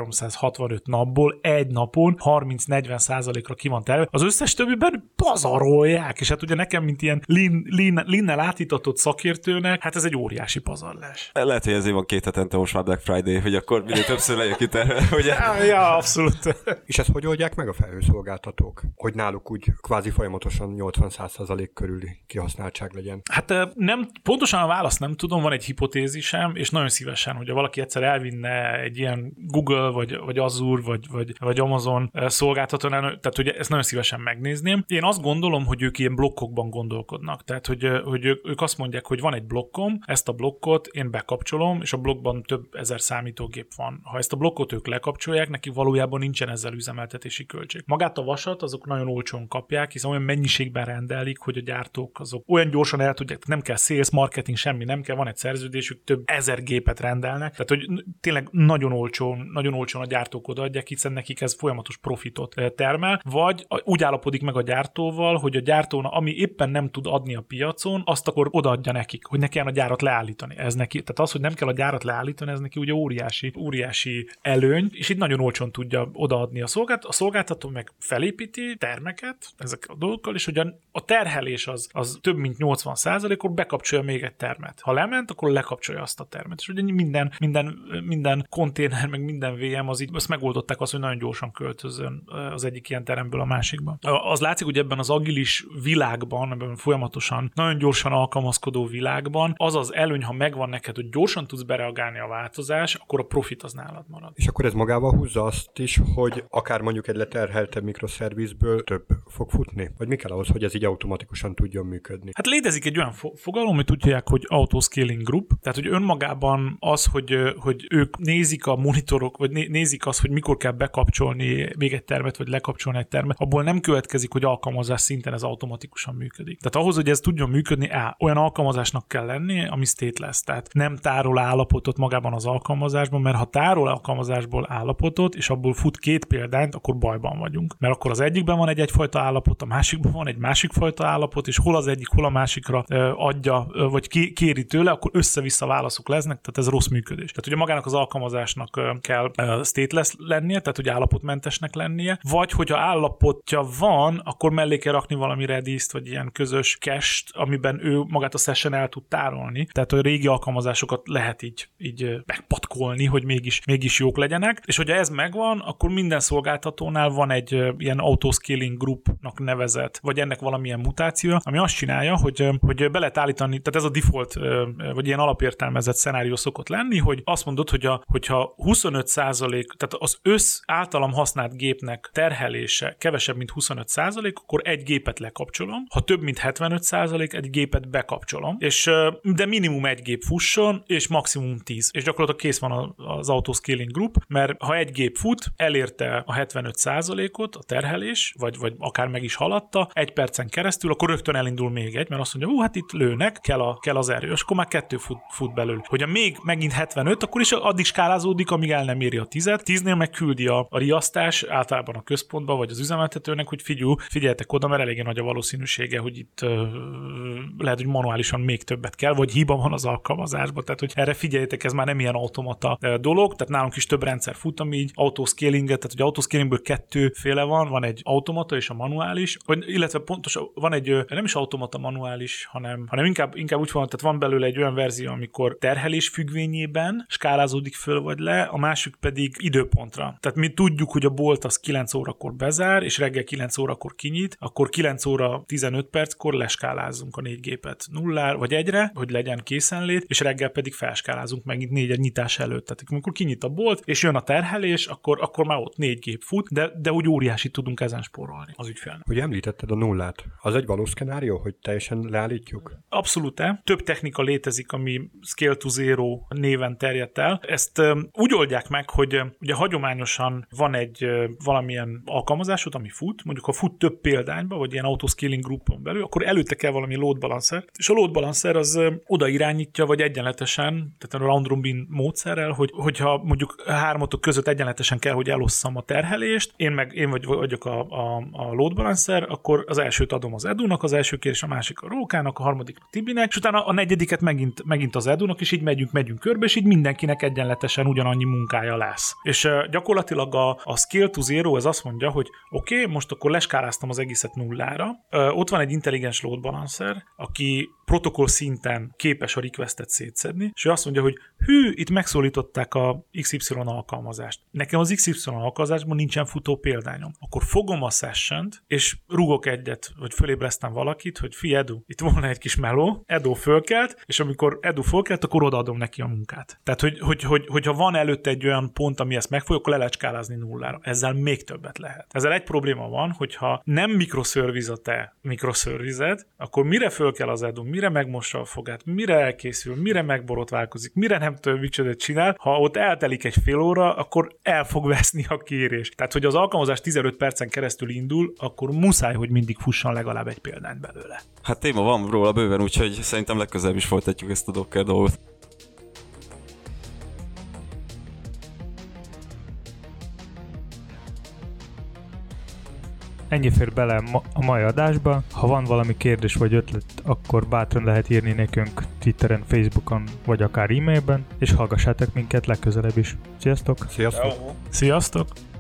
365 napból egy napon 30-40%-ra ki van terve. Az összes többiben pazarolják. És hát ugye nekem, mint ilyen linnel átítatott szakértőnek, hát ez egy óriási pazarlás. Lehet, hogy ezért van 2 hetente most már Black Friday, hogy akkor minél többször legyek itt erre, ugye? Ja, abszolút. És ezt hogy oldják meg a felhőszolgáltatók? Hogy náluk úgy kvázi folyamatosan 80-100% körüli kihasználtság legyen? Hát nem, pontosan a választ nem tudom, van egy hipotézisem, és nagyon szívesen, hogyha valaki egyszer elvinne egy ilyen Google, vagy Azure, vagy Amazon szolgáltatón, tehát ugye ezt nagyon szívesen megnézném. Én azt gondolom, hogy ők ilyen blokkokban gondolkodnak. Tehát, hogy ők azt mondják, hogy van egy blokkom, ezt a blokkot én bekapcsolom, és a blokkban több ezer számítógép van. Ha ezt a blokkot ők lekapcsolják, neki valójában nincsen ezzel üzemeltetési költség. Magát a vasat azok nagyon olcsón kapják, hiszen olyan mennyiségben rendelik, hogy a gyártók azok olyan gyorsan el tudják, nem kell sales, marketing, semmi nem kell, van egy szerződésük, több ezer gépet rendelnek, tehát hogy tényleg nagyon olcsón a gyártók odaadják, hiszen nekik ez folyamatos profitot termel, vagy úgy állapodik meg a gyártóval, hogy a gyártónak, ami éppen nem tud adni a piacon, azt akkor odaadja nekik, hogy ne kelljen a gyárat leállítani. Ez neki, tehát az, hogy nem kell a gyárat leállítani, ez neki ugye óriási előny, és itt nagyon olcsón tudja odaadni a szolgáltató meg felépíti termeket ezek a dolgokkal, és hogy a terhelés az több mint 80%, akkor bekapcsolja még egy termet. Ha lement, akkor lekapcsolja azt a termet. És ugye minden konténer, meg minden VM, azt megoldották azt, hogy nagyon gyorsan költözön az egyik ilyen teremből a másikba. Az látszik, ugye ebben az agilis világban, ebben folyamatosan, nagyon gyorsan alkalmazkodó világban, az az előny, ha megvan neked, hogy gyorsan tudsz bereagálni a változás, akkor a profit az nálad marad. És akkor ez magával húzza azt is, hogy akár mondjuk egy leterheltebb mikroszervizből több fog futni? Vagy mi kell ahhoz, hogy ez így automatikusan tudjon működni? Hát létezik egy olyan fogalom, amit úgy hívják, hogy autoscaling group, tehát hogy önmagában az, hogy ők nézik a monitorok, vagy nézik azt, hogy mikor kell bekapcsolni még egy termet, vagy lekapcsolni egy termet, abból nem következik, hogy alkalmazás szinten ez automatikusan működik. Tehát ahhoz, hogy ez tudjon működni, olyan alkalmazásnak kell lenni, ami stateless, tehát nem tárol állapotot magában az alkalmazásban, mert ha tárol alkalmazásból állapotot, és abból fut két példányt, akkor bajban vagyunk. Mert akkor az egyikben van egyfajta állapot, a másikban van egy másik fajta állapot, és hol az egyik, hol a másikra adja, vagy kéri tőle, akkor össze-vissza válaszok lesznek, tehát ez rossz működés. Tehát ugye magának az alkalmazásnak kell stateless lennie, tehát ugye állapotmentesnek lennie, vagy hogyha állapotja van, akkor mellé kell rakni valami Redis-t, vagy ilyen közös cache-t, amiben ő magát a session el tud tárolni. Tehát a régi alkalmazásokat lehet így megpatkolni, hogy mégis jók legyenek. És hogyha ez megvan, akkor minden szolgáltatónál van egy ilyen autoscaling groupnak nevezett, vagy ennek valamilyen mutációja, ami azt csinálja, hogy be lehet állítani, tehát ez a default, vagy ilyen alapértelmezett szenárió szokott lenni, hogy azt mondod, hogyha 25%, tehát az általam használt gépnek terhelése kevesebb, mint 25%, akkor egy gépet lekapcsolom, ha több, mint 75%, egy gépet bekapcsolom, de minimum egy gép fusson, és maximum 10. És gyakorlatilag kész van az autoscaling group, mert ha egy gép fut, elérte a 75%-ot a terhelés, vagy akár meg is haladta, egy percen keresztül, akkor rögtön elindul még egy, mert azt mondja, hát itt lőnek, kell az erő, és akkor már 2 fut belőle. Hogyha még megint 75, akkor is addig skálázódik, amíg el nem éri a 10-et. 10-nél meg küldi a riasztás általában a központba, vagy az üzemeltetőnek, hogy figyeljetek oda, mert eléggé nagy a valószínűsége, hogy itt lehet, hogy manuálisan még többet kell, vagy hiba van az alkalmazásban. Tehát, hogy erre figyeljetek, ez már nem ilyen automata dolog, tehát nálunk is több rendszer fut, ami így autoscalinget, tehát hogy autoscalingből 2 féle van egy automata és a manuális, illetve pontosan van egy nem is automata manuális, hanem inkább úgy van, tehát van belőle egy olyan verzió, amikor terhelés függvényében skálázódik föl vagy le, a másik pedig időpontra. Tehát mi tudjuk, hogy a bolt az 9 órakor bezár, és reggel 9 órakor kinyit, akkor 9 óra 15 perckor leskálázunk a 4 gépet 0-ra vagy 1-re, hogy legyen készenlét, és reggel pedig felskálázunk megint 4 nyitás előtt. Tehát amikor kinyit a bolt, és jön a terhelés, akkor már ott 4 gép fut, de úgy óriási tudunk ezen spórolni az ügyfélnek. Hogy említetted a nullát, az egy valós szkenárió, hogy teljesen leállítjuk? Abszolút. Több technika létezik, ami Scale to Zero néven terjedt el. Ezt úgy oldják meg, hogy ugye hagyományosan van egy valamilyen alkalmazásod, ami fut, mondjuk ha fut több példányba, vagy ilyen autoscaling groupon belül, akkor előtte kell valami load balancer, és a load balancer az oda irányítja, vagy egyenletesen, tehát a round robin módszerrel, hogyha mondjuk 3-otok között egyenletesen kell, hogy elosszam a terhelést, én vagyok a load balancer, akkor az elsőt adom az Edu-nak, az első kérés a másik a Rókának, a harmadik a Tibinek, és utána a negyediket megint az Edu-nak, és így megyünk körbe, és így mindenkinek egyenletesen ugyanannyi munkája lesz. És gyakorlatilag a Scale to Zero ez azt mondja, hogy oké, most akkor leskáláztam az egészet 0-ra, ott van egy intelligens load balancer, aki protokoll szinten képes a requestet szétszedni, és ő azt mondja, hogy itt megszólították a XY alkalmazást. Nekem az XY alkalmazásban nincsen futó példányom. Akkor fogom a sessiont, és rúgok egyet, vagy fölébresztem valakit, hogy Edu, itt volna egy kis meló, Edu fölkelt, és amikor Edu fölkelt, akkor odaadom neki a munkát. Tehát, hogyha van előtte egy olyan pont, ami ezt megfogja, akkor le lehet skálázni 0-ra. Ezzel még többet lehet. Ezzel egy probléma van, hogyha nem mikroszerviz a te mikroszervized, akkor mire föl kell az Edu, mire megmossa a fogát, mire elkészül, mire megborotválkozik, mire nem tudom, micsodát csinál, ha ott eltelik egy fél óra, akkor el fog veszni a kérés. Tehát, hogy az alkalmazás 15 percen keresztül indul, akkor muszáj, hogy mindig fusson legalább egy példányt belőle. Hát téma van róla bőven, úgyhogy szerintem legközelebb is folytatjuk ezt a Docker dolgot. Ennyi fér bele a mai adásba. Ha van valami kérdés vagy ötlet, akkor bátran lehet írni nekünk Twitteren, Facebookon, vagy akár e-mailben, és hallgassátok minket legközelebb is. Sziasztok! Sziasztok! Sziasztok!